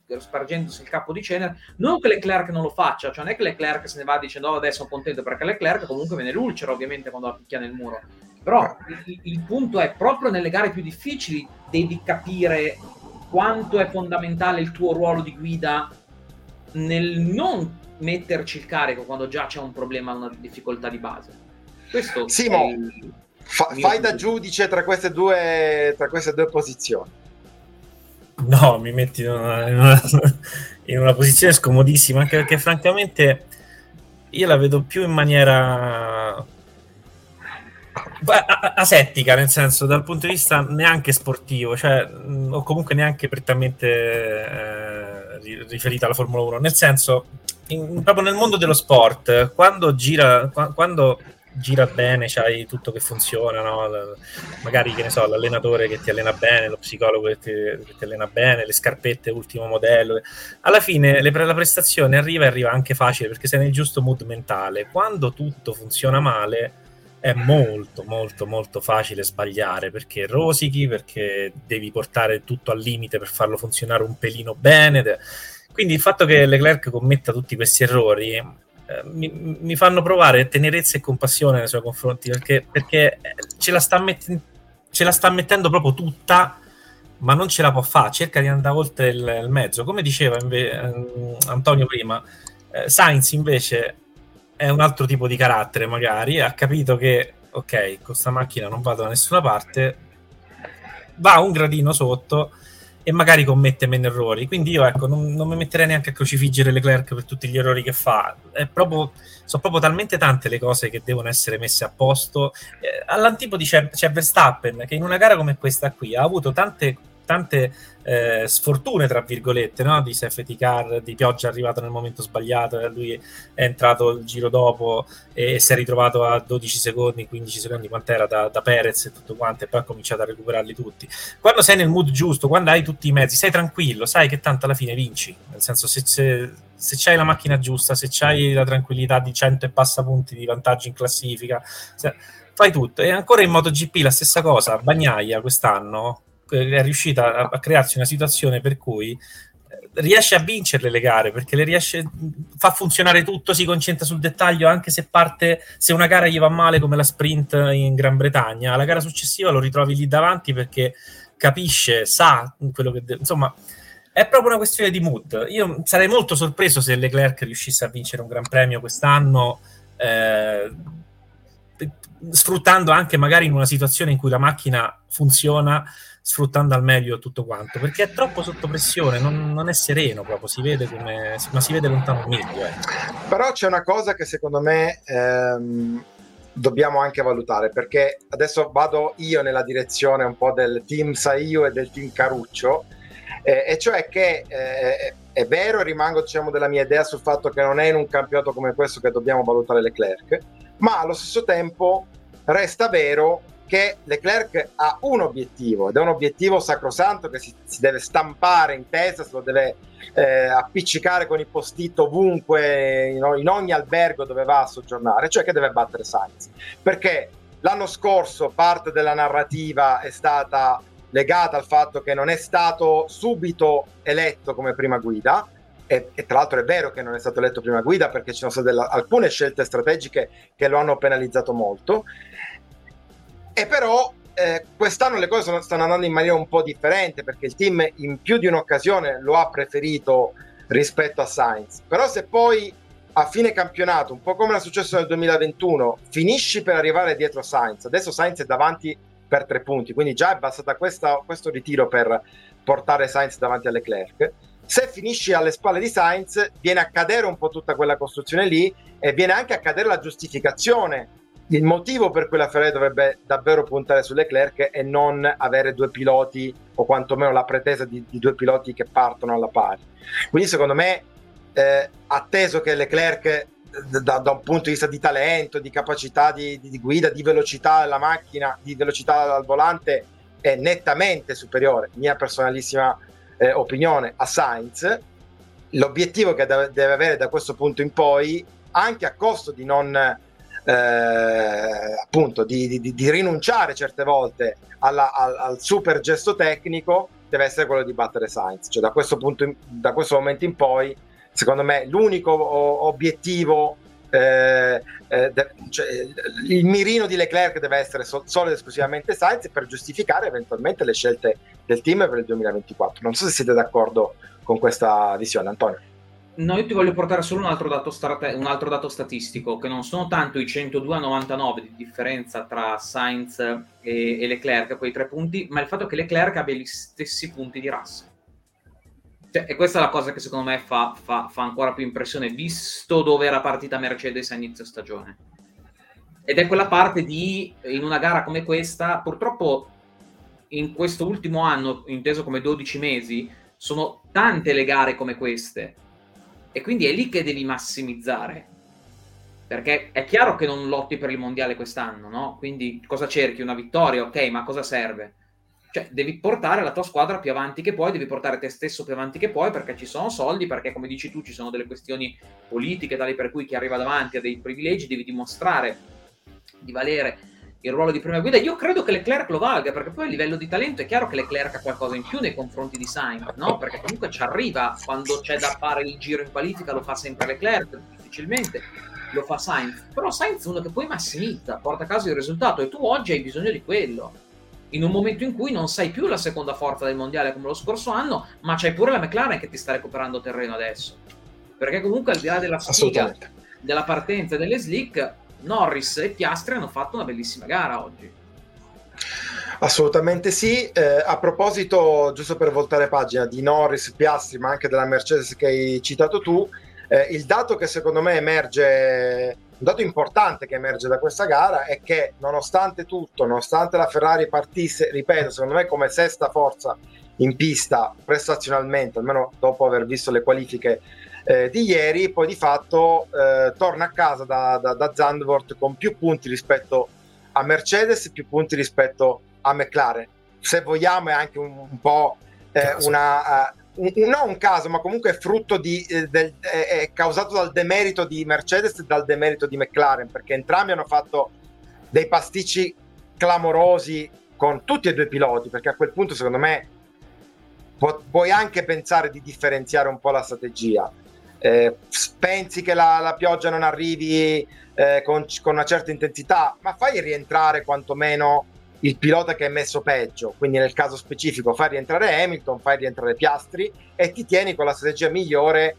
spargendosi il capo di cenere. Non che Leclerc non lo faccia, cioè non è che Leclerc se ne va dicendo oh, adesso sono contento, perché Leclerc comunque viene l'ulcera ovviamente quando la picchia nel muro, però il, il punto è proprio nelle gare più difficili devi capire quanto è fondamentale il tuo ruolo di guida nel non metterci il carico quando già c'è un problema, una difficoltà di base. Questo Simo, è il... fa, fai da giudice tra queste due tra queste due posizioni. No, mi metti in una, in una, in una posizione scomodissima, anche perché francamente io la vedo più in maniera asettica, nel senso dal punto di vista neanche sportivo, cioè o comunque neanche prettamente eh, riferita alla Formula uno, nel senso in, proprio nel mondo dello sport, quando gira qua, quando gira bene, c'hai tutto che funziona, no? Magari che ne so, l'allenatore che ti allena bene, lo psicologo che ti, che ti allena bene, le scarpette ultimo modello, alla fine le, la prestazione arriva e arriva anche facile perché sei nel giusto mood mentale. Quando tutto funziona male è molto molto molto facile sbagliare, perché rosichi, perché devi portare tutto al limite per farlo funzionare un pelino bene. Quindi il fatto che Leclerc commetta tutti questi errori eh, mi, mi fanno provare tenerezza e compassione nei suoi confronti, perché, perché ce la sta mettendo ce la sta mettendo proprio tutta, ma non ce la può fare, cerca di andare oltre il, il mezzo, come diceva inve- eh, Antonio prima. eh, Sainz invece è un altro tipo di carattere, magari ha capito che ok, con sta macchina non vado da nessuna parte, va un gradino sotto e magari commette meno errori. Quindi io ecco non, non mi metterei neanche a crocifiggere Leclerc per tutti gli errori che fa. È proprio, sono proprio talmente tante le cose che devono essere messe a posto. Eh, all'antipodi c'è, c'è Verstappen, che in una gara come questa qui ha avuto tante tante eh, sfortune tra virgolette, no? Di safety car, di pioggia arrivata nel momento sbagliato, lui è entrato il giro dopo e si è ritrovato a dodici secondi, quindici secondi, quant'era, da, da Perez e tutto quanto, e poi ha cominciato a recuperarli tutti. Quando sei nel mood giusto, quando hai tutti i mezzi, sei tranquillo, sai che tanto alla fine vinci, nel senso se, se, se c'hai la macchina giusta, se c'hai la tranquillità di cento e passa punti di vantaggio in classifica, se, fai tutto. E ancora in MotoGP la stessa cosa. Bagnaia quest'anno è riuscita a, a crearsi una situazione per cui riesce a vincerle le gare, perché le riesce, fa funzionare tutto, si concentra sul dettaglio, anche se parte, se una gara gli va male come la sprint in Gran Bretagna, la gara successiva lo ritrovi lì davanti perché capisce, sa quello che deve, insomma è proprio una questione di mood. Io sarei molto sorpreso se Leclerc riuscisse a vincere un Gran Premio quest'anno, eh, sfruttando anche magari in una situazione in cui la macchina funziona, sfruttando al meglio tutto quanto, perché è troppo sotto pressione, non, non è sereno proprio, si vede come, ma si vede lontano un miglio. Eh. Però c'è una cosa che secondo me ehm, dobbiamo anche valutare, perché adesso vado io nella direzione un po' del team Saio e del team Caruccio, eh, e cioè che eh, è vero, rimango diciamo della mia idea sul fatto che non è in un campionato come questo che dobbiamo valutare Leclerc, ma allo stesso tempo resta vero che Leclerc ha un obiettivo, ed è un obiettivo sacrosanto che si, si deve stampare in testa, se lo deve eh, appiccicare con i post-it ovunque, in, in ogni albergo dove va a soggiornare, cioè che deve battere Sainz. Perché l'anno scorso parte della narrativa è stata legata al fatto che non è stato subito eletto come prima guida, e, e tra l'altro è vero che non è stato eletto prima guida, perché ci sono state delle, alcune scelte strategiche che lo hanno penalizzato molto. E però eh, quest'anno le cose sono, stanno andando in maniera un po' differente, perché il team in più di un'occasione lo ha preferito rispetto a Sainz. Però se poi a fine campionato, un po' come era successo nel duemilaventuno, finisci per arrivare dietro Sainz, adesso Sainz è davanti per tre punti, quindi già è bastata questa, questo ritiro per portare Sainz davanti a Leclerc. Se finisci alle spalle di Sainz, viene a cadere un po' tutta quella costruzione lì, e viene anche a cadere la giustificazione, il motivo per cui la Ferrari dovrebbe davvero puntare su Leclerc e non avere due piloti, o quantomeno la pretesa di, di due piloti che partono alla pari. Quindi secondo me, eh, atteso che Leclerc da, da un punto di vista di talento, di capacità di, di, di guida, di velocità della macchina, di velocità al volante, è nettamente superiore, mia personalissima eh, opinione, a Sainz, l'obiettivo che deve, deve avere da questo punto in poi, anche a costo di non Eh, appunto di, di, di rinunciare certe volte alla, al, al super gesto tecnico, deve essere quello di battere Sainz. Cioè da questo punto in, da questo momento in poi, secondo me l'unico o, obiettivo eh, eh, de, cioè, il mirino di Leclerc deve essere so, solo ed esclusivamente Sainz per giustificare eventualmente le scelte del team per il duemilaventiquattro. Non so se siete d'accordo con questa visione, Antonio. No, io ti voglio portare solo un altro dato, strate- un altro dato statistico, che non sono tanto i centodue a novantanove di differenza tra Sainz e, e Leclerc, quei tre punti, ma il fatto che Leclerc abbia gli stessi punti di Russell. Cioè, e questa è la cosa che secondo me fa, fa, fa ancora più impressione, visto dove era partita Mercedes a inizio stagione. Ed è quella parte di, in una gara come questa, purtroppo in questo ultimo anno, inteso come dodici mesi, sono tante le gare come queste. E quindi è lì che devi massimizzare, perché è chiaro che non lotti per il mondiale quest'anno, no? Quindi cosa cerchi? Una vittoria? Ok, ma cosa serve? Cioè devi portare la tua squadra più avanti che puoi, devi portare te stesso più avanti che puoi, perché ci sono soldi, perché come dici tu ci sono delle questioni politiche tali per cui chi arriva davanti ha dei privilegi, devi dimostrare di valere il ruolo di prima guida. Io credo che Leclerc lo valga, perché poi a livello di talento è chiaro che Leclerc ha qualcosa in più nei confronti di Sainz, no? Perché comunque ci arriva, quando c'è da fare il giro in qualifica lo fa sempre Leclerc, difficilmente lo fa Sainz, però Sainz è uno che poi massimizza, porta a casa il risultato, e tu oggi hai bisogno di quello, in un momento in cui non sei più la seconda forza del mondiale come lo scorso anno, ma c'hai pure la McLaren che ti sta recuperando terreno adesso, perché comunque al di là della sfiga, della partenza e delle slick, Norris e Piastri hanno fatto una bellissima gara oggi. Assolutamente sì. Eh, a proposito, giusto per voltare pagina, di Norris, Piastri, ma anche della Mercedes che hai citato tu, eh, il dato che secondo me emerge, un dato importante che emerge da questa gara, è che nonostante tutto, nonostante la Ferrari partisse, ripeto, secondo me come sesta forza in pista prestazionalmente, almeno dopo aver visto le qualifiche Eh, di ieri, poi di fatto eh, torna a casa da, da, da Zandvoort con più punti rispetto a Mercedes, più punti rispetto a McLaren. Se vogliamo è anche un, un po' eh, una uh, un, non un caso, ma comunque è frutto di eh, del, è, è causato dal demerito di Mercedes e dal demerito di McLaren, perché entrambi hanno fatto dei pasticci clamorosi con tutti e due i piloti, perché a quel punto secondo me pu- puoi anche pensare di differenziare un po' la strategia. Eh, pensi che la, la pioggia non arrivi eh, con, con una certa intensità, ma fai rientrare quantomeno il pilota che è messo peggio, quindi nel caso specifico fai rientrare Hamilton, fai rientrare Piastri e ti tieni con la strategia migliore,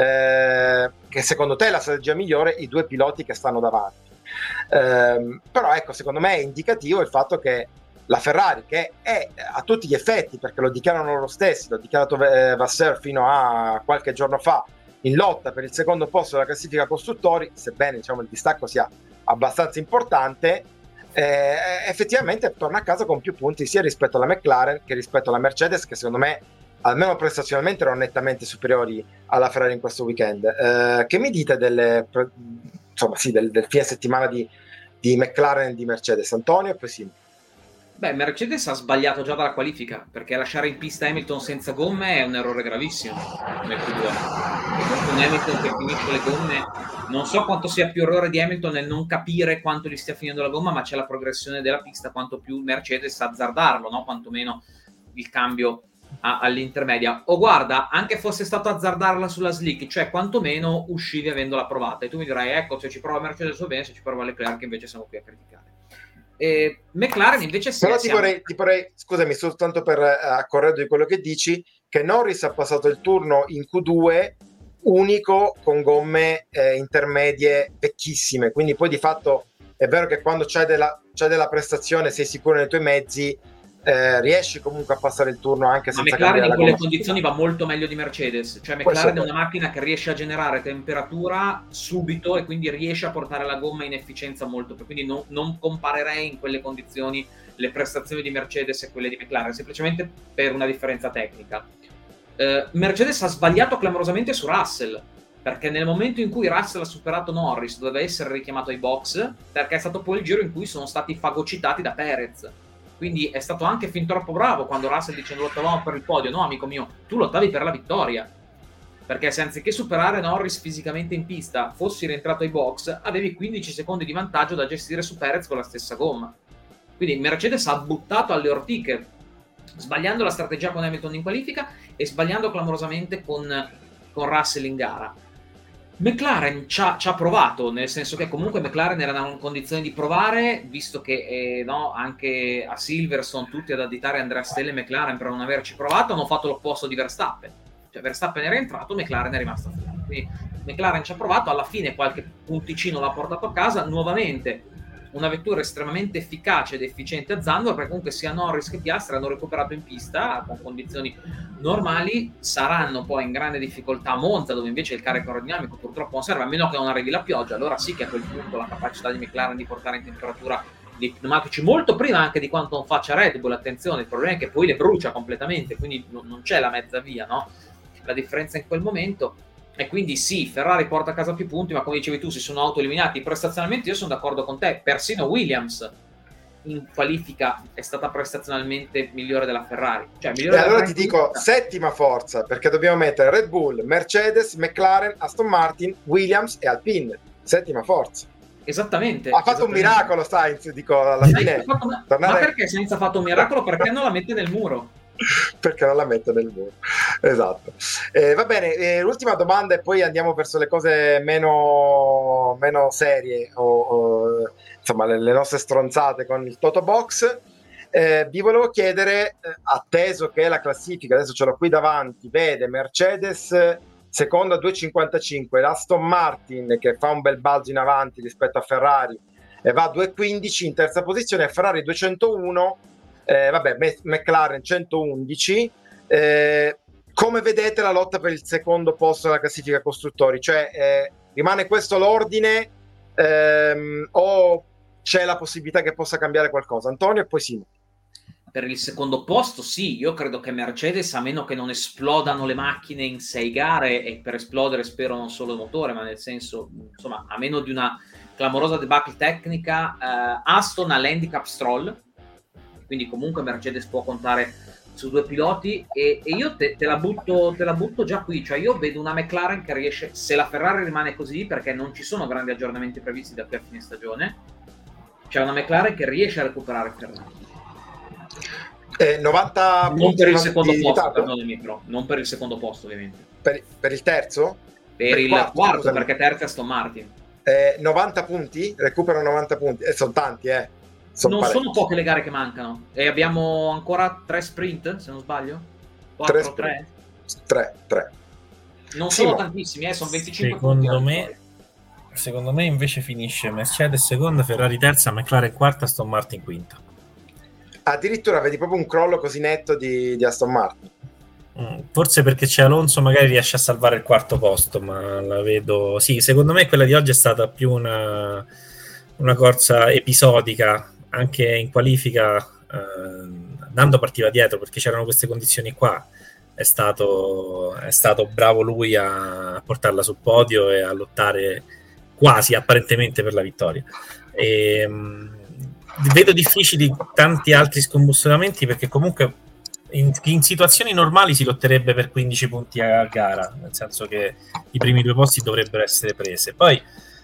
eh, che secondo te è la strategia migliore, i due piloti che stanno davanti. Eh, però ecco, secondo me è indicativo il fatto che la Ferrari, che è a tutti gli effetti, perché lo dichiarano loro stessi, l'ha dichiarato eh, Vasseur fino a qualche giorno fa, in lotta per il secondo posto della classifica costruttori, sebbene diciamo il distacco sia abbastanza importante, eh, effettivamente torna a casa con più punti sia rispetto alla McLaren che rispetto alla Mercedes, che secondo me almeno prestazionalmente erano nettamente superiori alla Ferrari in questo weekend. Eh, che mi dite delle, insomma, sì, del, del fine settimana di, di McLaren e di Mercedes, Antonio? E poi sì. Beh, Mercedes ha sbagliato già dalla qualifica, perché lasciare in pista Hamilton senza gomme è un errore gravissimo nel Q due. Un Hamilton che finisce le gomme, non so quanto sia più errore di Hamilton nel non capire quanto gli stia finendo la gomma, ma c'è la progressione della pista, quanto più Mercedes sa azzardarlo, no? Quantomeno il cambio a, all'intermedia. O guarda, anche fosse stato azzardarla sulla slick, cioè quantomeno uscivi avendola provata, e tu mi dirai, ecco, se ci prova Mercedes va bene, se ci prova Leclerc invece siamo qui a criticare. E McLaren invece sì, però ti siamo... vorrei, ti vorrei, scusami, soltanto per uh, accorredo di quello che dici, che Norris ha passato il turno in Q due unico con gomme eh, intermedie vecchissime, quindi poi di fatto è vero che quando c'è della, c'è della prestazione, sei sicuro nei tuoi mezzi, eh, riesci comunque a passare il turno anche ma senza McLaren in quelle gomma. Condizioni va molto meglio di Mercedes, cioè McLaren è una macchina che riesce a generare temperatura subito e quindi riesce a portare la gomma in efficienza molto più, quindi non, non comparerei in quelle condizioni le prestazioni di Mercedes e quelle di McLaren, semplicemente per una differenza tecnica. eh, Mercedes ha sbagliato clamorosamente su Russell, perché nel momento in cui Russell ha superato Norris doveva essere richiamato ai box, perché è stato poi il giro in cui sono stati fagocitati da Perez. Quindi è stato anche fin troppo bravo quando Russell dice lottavamo per il podio. No, amico mio, tu lottavi per la vittoria, perché se anziché superare Norris fisicamente in pista fossi rientrato ai box, avevi quindici secondi di vantaggio da gestire su Perez con la stessa gomma. Quindi Mercedes ha buttato alle ortiche sbagliando la strategia con Hamilton in qualifica e sbagliando clamorosamente con, con Russell in gara. McLaren ci ha, ci ha provato, nel senso che comunque McLaren era in condizione di provare, visto che eh, no, anche a Silverstone tutti ad additare Andrea Stella e McLaren per non averci provato, hanno fatto l'opposto di Verstappen. Cioè Verstappen era entrato, McLaren è rimasto fuori. Quindi McLaren ci ha provato, alla fine qualche punticino l'ha portato a casa, nuovamente una vettura estremamente efficace ed efficiente a Zandvoort, perché comunque sia Norris che Piastri hanno recuperato in pista con condizioni normali. Saranno poi in grande difficoltà a Monza, dove invece il carico aerodinamico purtroppo non serve, a meno che non arrivi la pioggia. Allora sì che a quel punto la capacità di McLaren di portare in temperatura dei pneumatici molto prima anche di quanto non faccia Red Bull, attenzione, il problema è che poi le brucia completamente, quindi non c'è la mezza via, no? La differenza in quel momento. E quindi sì, Ferrari porta a casa più punti, ma come dicevi tu, si sono autoeliminati prestazionalmente. Io sono d'accordo con te, persino Williams in qualifica è stata prestazionalmente migliore della Ferrari, cioè migliore e della allora Ferrari. Ti dico settima forza, perché dobbiamo mettere Red Bull, Mercedes, McLaren, Aston Martin, Williams e Alpine. Settima forza. Esattamente. Ha fatto un miracolo Sainz, dico alla fine. Fatto, ma, tornare... ma perché Sainz ha fatto un miracolo? Perché non la mette nel muro? Perché non la mette nel muro. Esatto. Eh, va bene, eh, l'ultima domanda e poi andiamo verso le cose meno, meno serie o, o insomma le, le nostre stronzate con il Toto Box. Eh, vi volevo chiedere, eh, atteso che la classifica, adesso ce l'ho qui davanti, vede Mercedes seconda a due virgola cinquantacinque, Aston Martin che fa un bel balzo in avanti rispetto a Ferrari e va a due virgola quindici in terza posizione, Ferrari duecentouno, eh, vabbè, McLaren centoundici. Eh, come vedete la lotta per il secondo posto nella classifica costruttori? Cioè eh, rimane questo l'ordine ehm, o c'è la possibilità che possa cambiare qualcosa? Antonio e poi Simo. Per il secondo posto sì, io credo che Mercedes, a meno che non esplodano le macchine in sei gare, e per esplodere spero non solo il motore, ma nel senso, insomma, a meno di una clamorosa debacle tecnica, eh, Aston ha l'handicap Stroll, quindi comunque Mercedes può contare su due piloti, e, e io te, te, la butto, te la butto già qui, cioè io vedo una McLaren che riesce, se la Ferrari rimane così, perché non ci sono grandi aggiornamenti previsti da qui a fine stagione, c'è una McLaren che riesce a recuperare Ferrari. Eh, novanta non punti per il secondo di, posto, di perdonami, però, non per il secondo posto ovviamente. Per, per il terzo? Per, per il quarto, quarto perché terzo è Aston Martin. Eh, novanta punti? Recuperano novanta punti, eh, sono tanti, eh. Sono non parecchi. Sono poche le gare che mancano, e abbiamo ancora tre sprint, se non sbaglio. quattro, tre? tre, tre. Non sì, sono ma... tantissimi, eh, sono venticinque secondo punti. Me, secondo me invece finisce Mercedes seconda, Ferrari terza, McLaren quarta, Aston Martin quinta. Addirittura vedi proprio un crollo così netto di, di Aston Martin. Mm, forse perché c'è Alonso, magari riesce a salvare il quarto posto, ma la vedo... Sì, secondo me quella di oggi è stata più una, una corsa episodica, anche in qualifica, eh, Nando partiva dietro perché c'erano queste condizioni qua. È stato, è stato bravo lui a portarla sul podio e a lottare quasi apparentemente per la vittoria. E, mh, vedo difficili tanti altri scombussolamenti, perché comunque in, in situazioni normali si lotterebbe per quindici punti a gara, nel senso che i primi due posti dovrebbero essere prese. Poi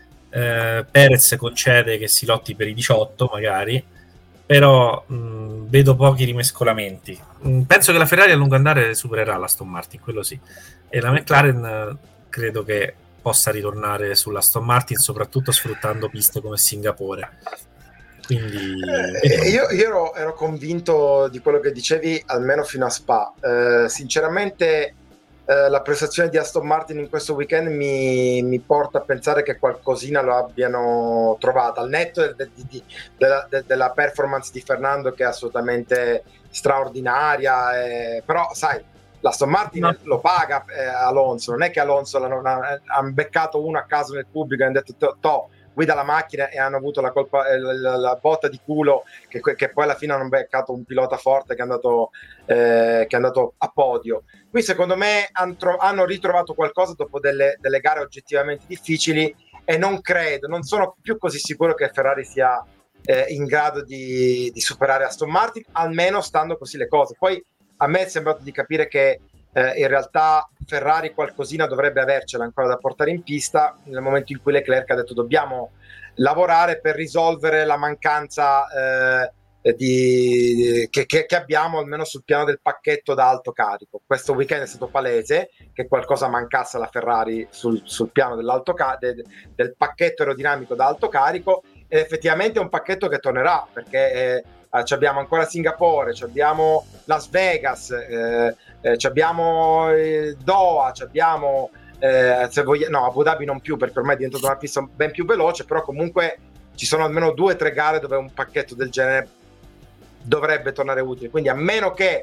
eh, Perez concede che si lotti per i diciotto magari, però mh, vedo pochi rimescolamenti. Mh, penso che la Ferrari a lungo andare supererà la Aston Martin, quello sì, e la McLaren eh, credo che possa ritornare sulla Aston Martin, soprattutto sfruttando piste come Singapore. Quindi eh, io, io ero, ero convinto di quello che dicevi almeno fino a Spa. Eh, sinceramente eh, la prestazione di Aston Martin in questo weekend mi, mi porta a pensare che qualcosina lo abbiano trovata, al netto de, de, de, de, de, della performance di Fernando, che è assolutamente straordinaria, eh, però sai, l'Aston Martin no. lo paga eh, Alonso, non è che Alonso hanno beccato uno a caso nel pubblico e hanno detto to, to guida la macchina, e hanno avuto la colpa, eh, la, la botta di culo che, che poi alla fine hanno beccato un pilota forte che è andato, eh, che è andato a podio. Qui secondo me han tro- hanno ritrovato qualcosa dopo delle, delle gare oggettivamente difficili, e non credo, non sono più così sicuro che Ferrari sia eh, in grado di, di superare Aston Martin, almeno stando così le cose. Poi a me è sembrato di capire che eh, in realtà Ferrari qualcosina dovrebbe avercela ancora da portare in pista, nel momento in cui Leclerc ha detto dobbiamo lavorare per risolvere la mancanza eh, eh, di, che, che, che abbiamo almeno sul piano del pacchetto da alto carico. Questo weekend è stato palese che qualcosa mancasse alla Ferrari sul, sul piano dell'alto ca- de, del pacchetto aerodinamico da alto carico, ed effettivamente è un pacchetto che tornerà, perché eh, abbiamo ancora Singapore, abbiamo Las Vegas, eh, eh, abbiamo eh, Doha, abbiamo eh, se voglia, no, Abu Dhabi non più, perché ormai è diventata una pista ben più veloce, però comunque ci sono almeno due o tre gare dove un pacchetto del genere dovrebbe tornare utile. Quindi a meno che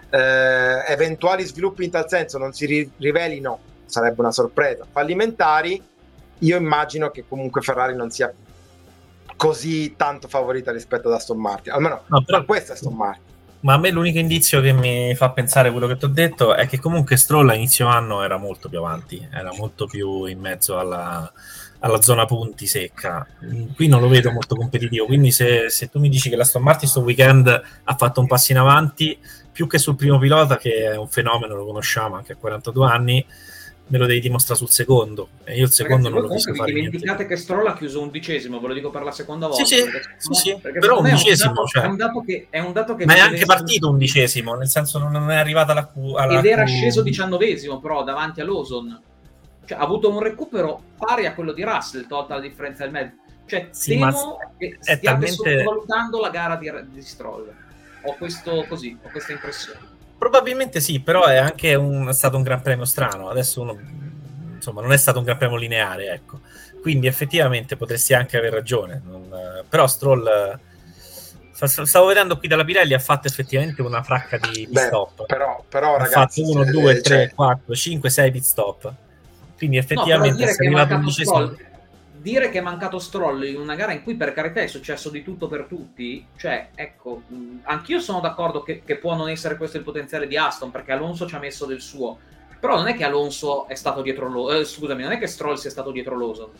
eh, eventuali sviluppi in tal senso non si ri- rivelino, sarebbe una sorpresa, fallimentari, io immagino che comunque Ferrari non sia così tanto favorita rispetto ad Aston Martin, almeno no, però, questa è Aston Martin. Ma a me l'unico indizio che mi fa pensare quello che ti ho detto è che comunque Stroll a inizio anno era molto più avanti, era molto più in mezzo alla, alla zona punti secca. Qui non lo vedo molto competitivo, quindi se, se tu mi dici che l'Aston Martin sto weekend ha fatto un passo in avanti, più che sul primo pilota, che è un fenomeno, lo conosciamo anche a quarantadue anni, me lo devi dimostrare sul secondo, e io il secondo Ragazzi, non l'ho visto fare niente. Dimenticate che Stroll ha chiuso undicesimo, ve lo dico per la seconda volta. Sì, sì, sì, sì. Però undicesimo, è un dato che è un dato che ma è anche partito un... undicesimo, nel senso non è arrivata alla, alla ed era sceso diciannovesimo però davanti a Lawson, cioè ha avuto un recupero pari a quello di Russell, tolta la differenza del mezzo, cioè sì, temo che stiate talmente... sottovalutando la gara di, di Stroll. Ho questo così, ho questa impressione. Probabilmente sì, però è anche un, è stato un gran premio strano. Adesso uno, insomma, non è stato un gran premio lineare, ecco. Quindi effettivamente potresti anche aver ragione. Non, però Stroll, stavo vedendo qui dalla Pirelli, ha fatto effettivamente una fracca di pit stop. Però, però ha ragazzi, fatto uno, due, tre, quattro, cinque, sei pit stop. Quindi effettivamente no, è arrivato undicesimo. Stroll, dire che è mancato Stroll in una gara in cui per carità è successo di tutto per tutti, cioè ecco, mh, anch'io sono d'accordo che, che può non essere questo il potenziale di Aston, perché Alonso ci ha messo del suo, però non è che Alonso è stato dietro lo, eh, scusami, non è che Stroll sia stato dietro Lawson.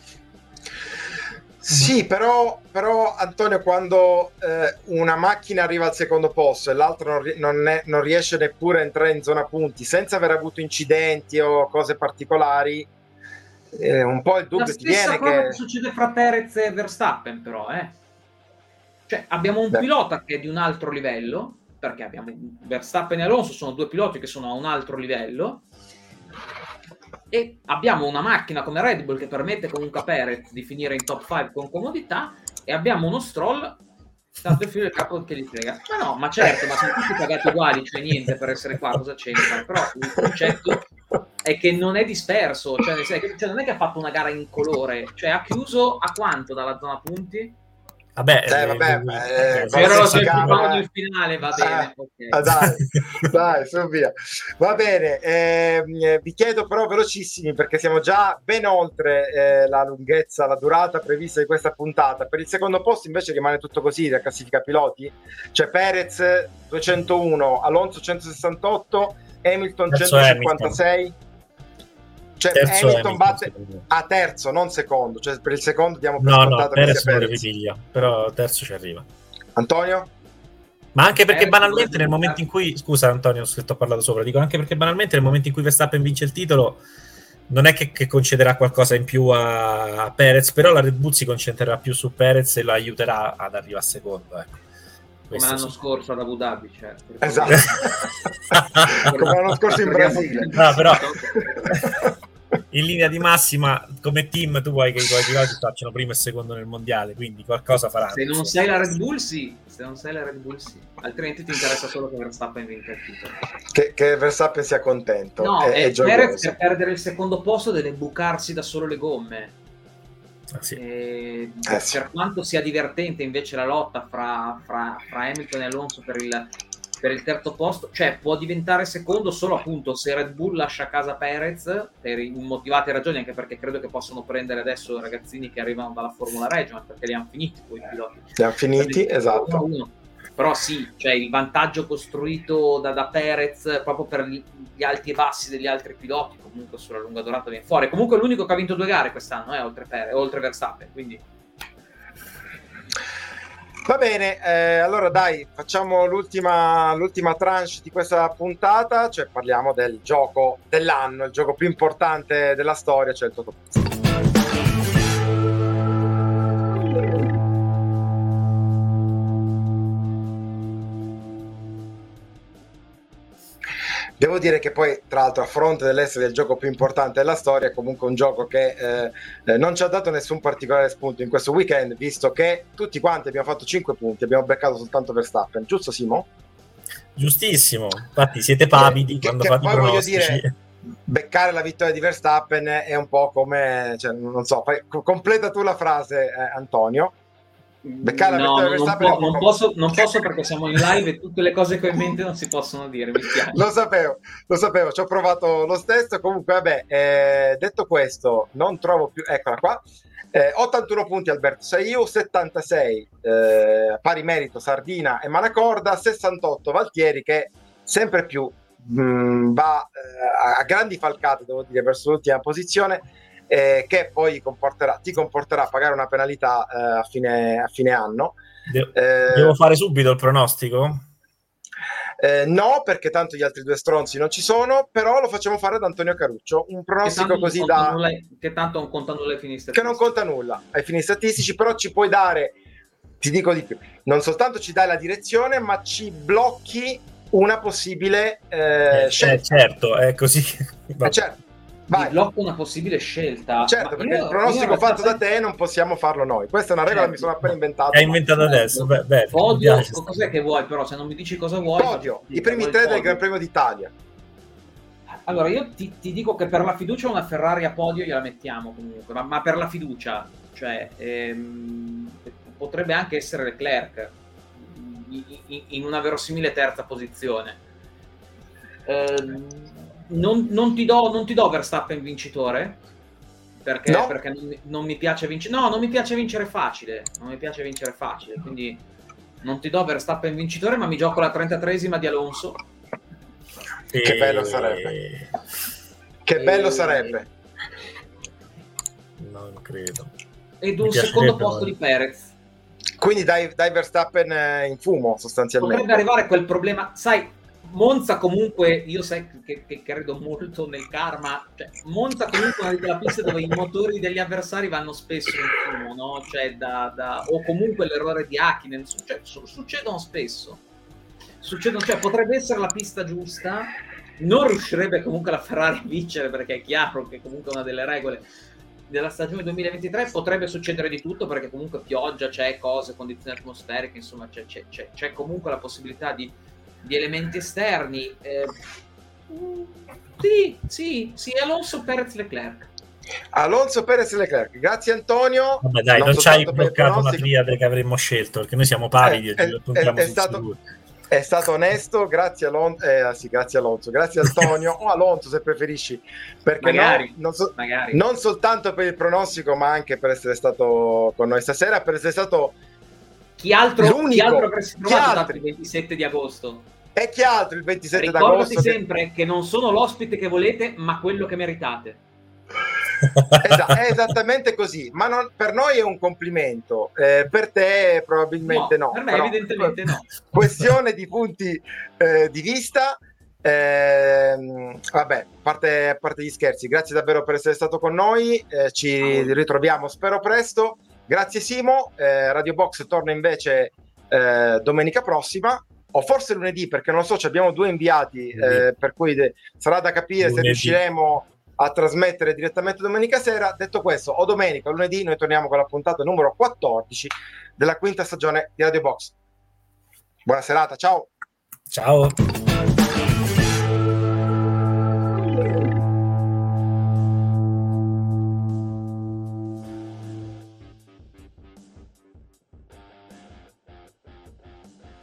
Sì, però, però Antonio, quando eh, una macchina arriva al secondo posto e l'altro non, non, è, non riesce neppure a entrare in zona punti senza aver avuto incidenti o cose particolari, Eh, un po' il dubbio ti viene cosa che... che succede fra Perez e Verstappen, però eh cioè abbiamo un Beh. pilota che è di un altro livello, perché abbiamo Verstappen e Alonso, sono due piloti che sono a un altro livello, e abbiamo una macchina come Red Bull che permette comunque a Perez di finire in top cinque con comodità, e abbiamo uno Stroll tanto il filo del capo che gli frega. Ma no, ma certo, ma sono tutti pagati uguali, c'è niente per essere qua, cosa c'entra? Però il concetto è che non è disperso, cioè, cioè non è che ha fatto una gara in colore, cioè ha chiuso a quanto dalla zona punti? Vabbè, eh, vabbè, eh, però se parlo del finale va bene, eh, okay. dai, dai, su via. Va bene, eh, vi chiedo però velocissimi, perché siamo già ben oltre eh, la lunghezza, la durata prevista di questa puntata. Per il secondo posto invece rimane tutto così, la classifica piloti, cioè Perez duecentouno, Alonso centosessantotto, Hamilton centocinquantasei. Hamilton. Cioè terzo Hamilton batte a terzo, non secondo, cioè per il secondo diamo per no, scontato no, Perez non ripiglia, però terzo ci arriva. Antonio? Ma anche perché Perez banalmente nel momento in cui, scusa Antonio, se ti ho parlato sopra, dico anche perché banalmente nel momento in cui Verstappen vince il titolo non è che, che concederà qualcosa in più a, a Perez, però la Red Bull si concentrerà più su Perez e lo aiuterà ad arrivare a secondo, ecco. Come l'anno sì. scorso ad Abu Dhabi, cioè, esatto. Come l'anno scorso in Brasile. No, però in linea di massima come team tu vuoi che i tuoi piloti facciano primo e secondo nel mondiale, quindi qualcosa faranno. Se non sei la Red Bull sì, se non sei la Red Bull sì, altrimenti ti interessa solo che Verstappen vinca il titolo. Che, che Verstappen sia contento. No, è, e Perez per perdere il secondo posto deve bucarsi da solo le gomme. Ah, sì. E eh, sì. Per quanto sia divertente invece la lotta fra, fra, fra Hamilton e Alonso per il per il terzo posto, cioè può diventare secondo solo appunto se Red Bull lascia a casa Perez per immotivate ragioni, anche perché credo che possono prendere adesso ragazzini che arrivano dalla Formula Regional, perché li hanno finiti poi i piloti. Li hanno finiti, esatto. Uno. Però sì, cioè il vantaggio costruito da, da Perez proprio per gli, gli alti e bassi degli altri piloti comunque sulla lunga durata viene fuori. Comunque è l'unico che ha vinto due gare quest'anno, eh, oltre, Perez, oltre Verstappen, quindi... Va bene, eh, allora dai, facciamo l'ultima, l'ultima tranche di questa puntata, cioè parliamo del gioco dell'anno, il gioco più importante della storia, cioè il Totopizza. devo dire che poi, tra l'altro, a fronte dell'essere il gioco più importante della storia, è comunque un gioco che eh, eh, non ci ha dato nessun particolare spunto in questo weekend, visto che tutti quanti abbiamo fatto cinque punti, abbiamo beccato soltanto Verstappen, giusto Simo? Giustissimo, infatti siete pavidi eh, quando che, fate che i poi pronostici. Voglio dire, beccare la vittoria di Verstappen è un po' come, cioè, non so, fai, completa tu la frase, eh, Antonio. Beccare no, la vittoria non, po- non, posso, non posso perché siamo in live e tutte le cose che ho in mente non si possono dire, mi spiace. Lo sapevo, lo sapevo, ci ho provato lo stesso. Comunque, vabbè, eh, detto questo, non trovo più, eccola qua. Eh, ottantuno punti Alberto Saiu, settantasei eh, pari merito Sardina e Manacorda, sessantotto Valtieri, che sempre più mh, va eh, a grandi falcate, devo dire, verso l'ultima posizione, eh, che poi comporterà, ti comporterà a pagare una penalità eh, a, fine, a fine anno. De- eh, devo fare subito il pronostico? Eh, no, perché tanto gli altri due stronzi non ci sono, però lo facciamo fare ad Antonio Caruccio, un pronostico così da... Nulla, che tanto non conta nulla ai fini statistici. Che non conta nulla ai fini statistici, però ci puoi dare, ti dico di più, non soltanto ci dai la direzione, ma ci blocchi una possibile eh, eh, scelta. Eh, certo, è così. Eh, certo. Vai. Ti blocco una possibile scelta. Certo, ma perché io, il pronostico fatto sai... da te non possiamo farlo noi. Questa è una regola che certo. mi sono appena inventato. Hai inventato adesso. Beh, beh, Podio, cos'è che vuoi però? Se non mi dici cosa vuoi... Podio, i primi tre del Gran Premio d'Italia. Allora, io ti, ti dico che per la fiducia una Ferrari a podio gliela mettiamo comunque, ma, ma per la fiducia, cioè, ehm, potrebbe anche essere Leclerc in, in, in una verosimile terza posizione. Ehm, Non, non, ti do, non ti do Verstappen vincitore perché, no? perché non, non mi piace vincere. No, non mi piace vincere facile. Non mi piace vincere facile. Quindi non ti do Verstappen vincitore, ma mi gioco la trentatreesima di Alonso. E... Che bello sarebbe. Che e... bello sarebbe. Non credo. Ed un secondo posto di Perez. Quindi dai, dai Verstappen in fumo sostanzialmente. Potrebbe arrivare quel problema, sai. Monza comunque, io sai che, che credo molto nel karma, cioè, Monza comunque è una pista dove i motori degli avversari vanno spesso in fumo, no? Cioè, da, da, o comunque l'errore di Hakkinen, cioè, su, succedono spesso, succedono, cioè, potrebbe essere la pista giusta, non riuscirebbe comunque la Ferrari a vincere perché è chiaro che comunque una delle regole della stagione duemilaventitré potrebbe succedere di tutto perché comunque pioggia, c'è cose, condizioni atmosferiche, insomma c'è, c'è, c'è, c'è comunque la possibilità di di elementi esterni. Eh, sì, sì, sì, Alonso, Perez, Leclerc. Alonso, Perez, Leclerc. Grazie Antonio. Vabbè dai, non, non ci hai bloccato una triade che avremmo scelto, perché noi siamo pari, eh, è, è, è, stato, è stato onesto, grazie Alonso, eh, sì, grazie Alonso, grazie Antonio, o Alonso se preferisci, perché magari, no, non, so, magari. non soltanto per il pronostico, ma anche per essere stato con noi stasera, per essere stato Chi altro, l'unico, chi altro avresti trovato altri? il ventisette di agosto? E chi altro il ventisette Ricordati d'agosto? Ricordati sempre che... che non sono l'ospite che volete, ma quello che meritate. Esatto, è esattamente così, ma non, per noi è un complimento, eh, per te probabilmente no. no per me però, evidentemente no. Questione di punti eh, di vista. Eh, vabbè, a parte, a parte gli scherzi, grazie davvero per essere stato con noi, eh, ci ritroviamo spero presto. Grazie Simo, eh, Radio Box torna invece eh, domenica prossima o forse lunedì, perché non lo so, abbiamo due inviati, eh, per cui de- sarà da capire lunedì. Se riusciremo a trasmettere direttamente domenica sera. Detto questo, o domenica o lunedì noi torniamo con la puntata numero quattordici della quinta stagione di Radio Box. Buona serata, ciao. Ciao.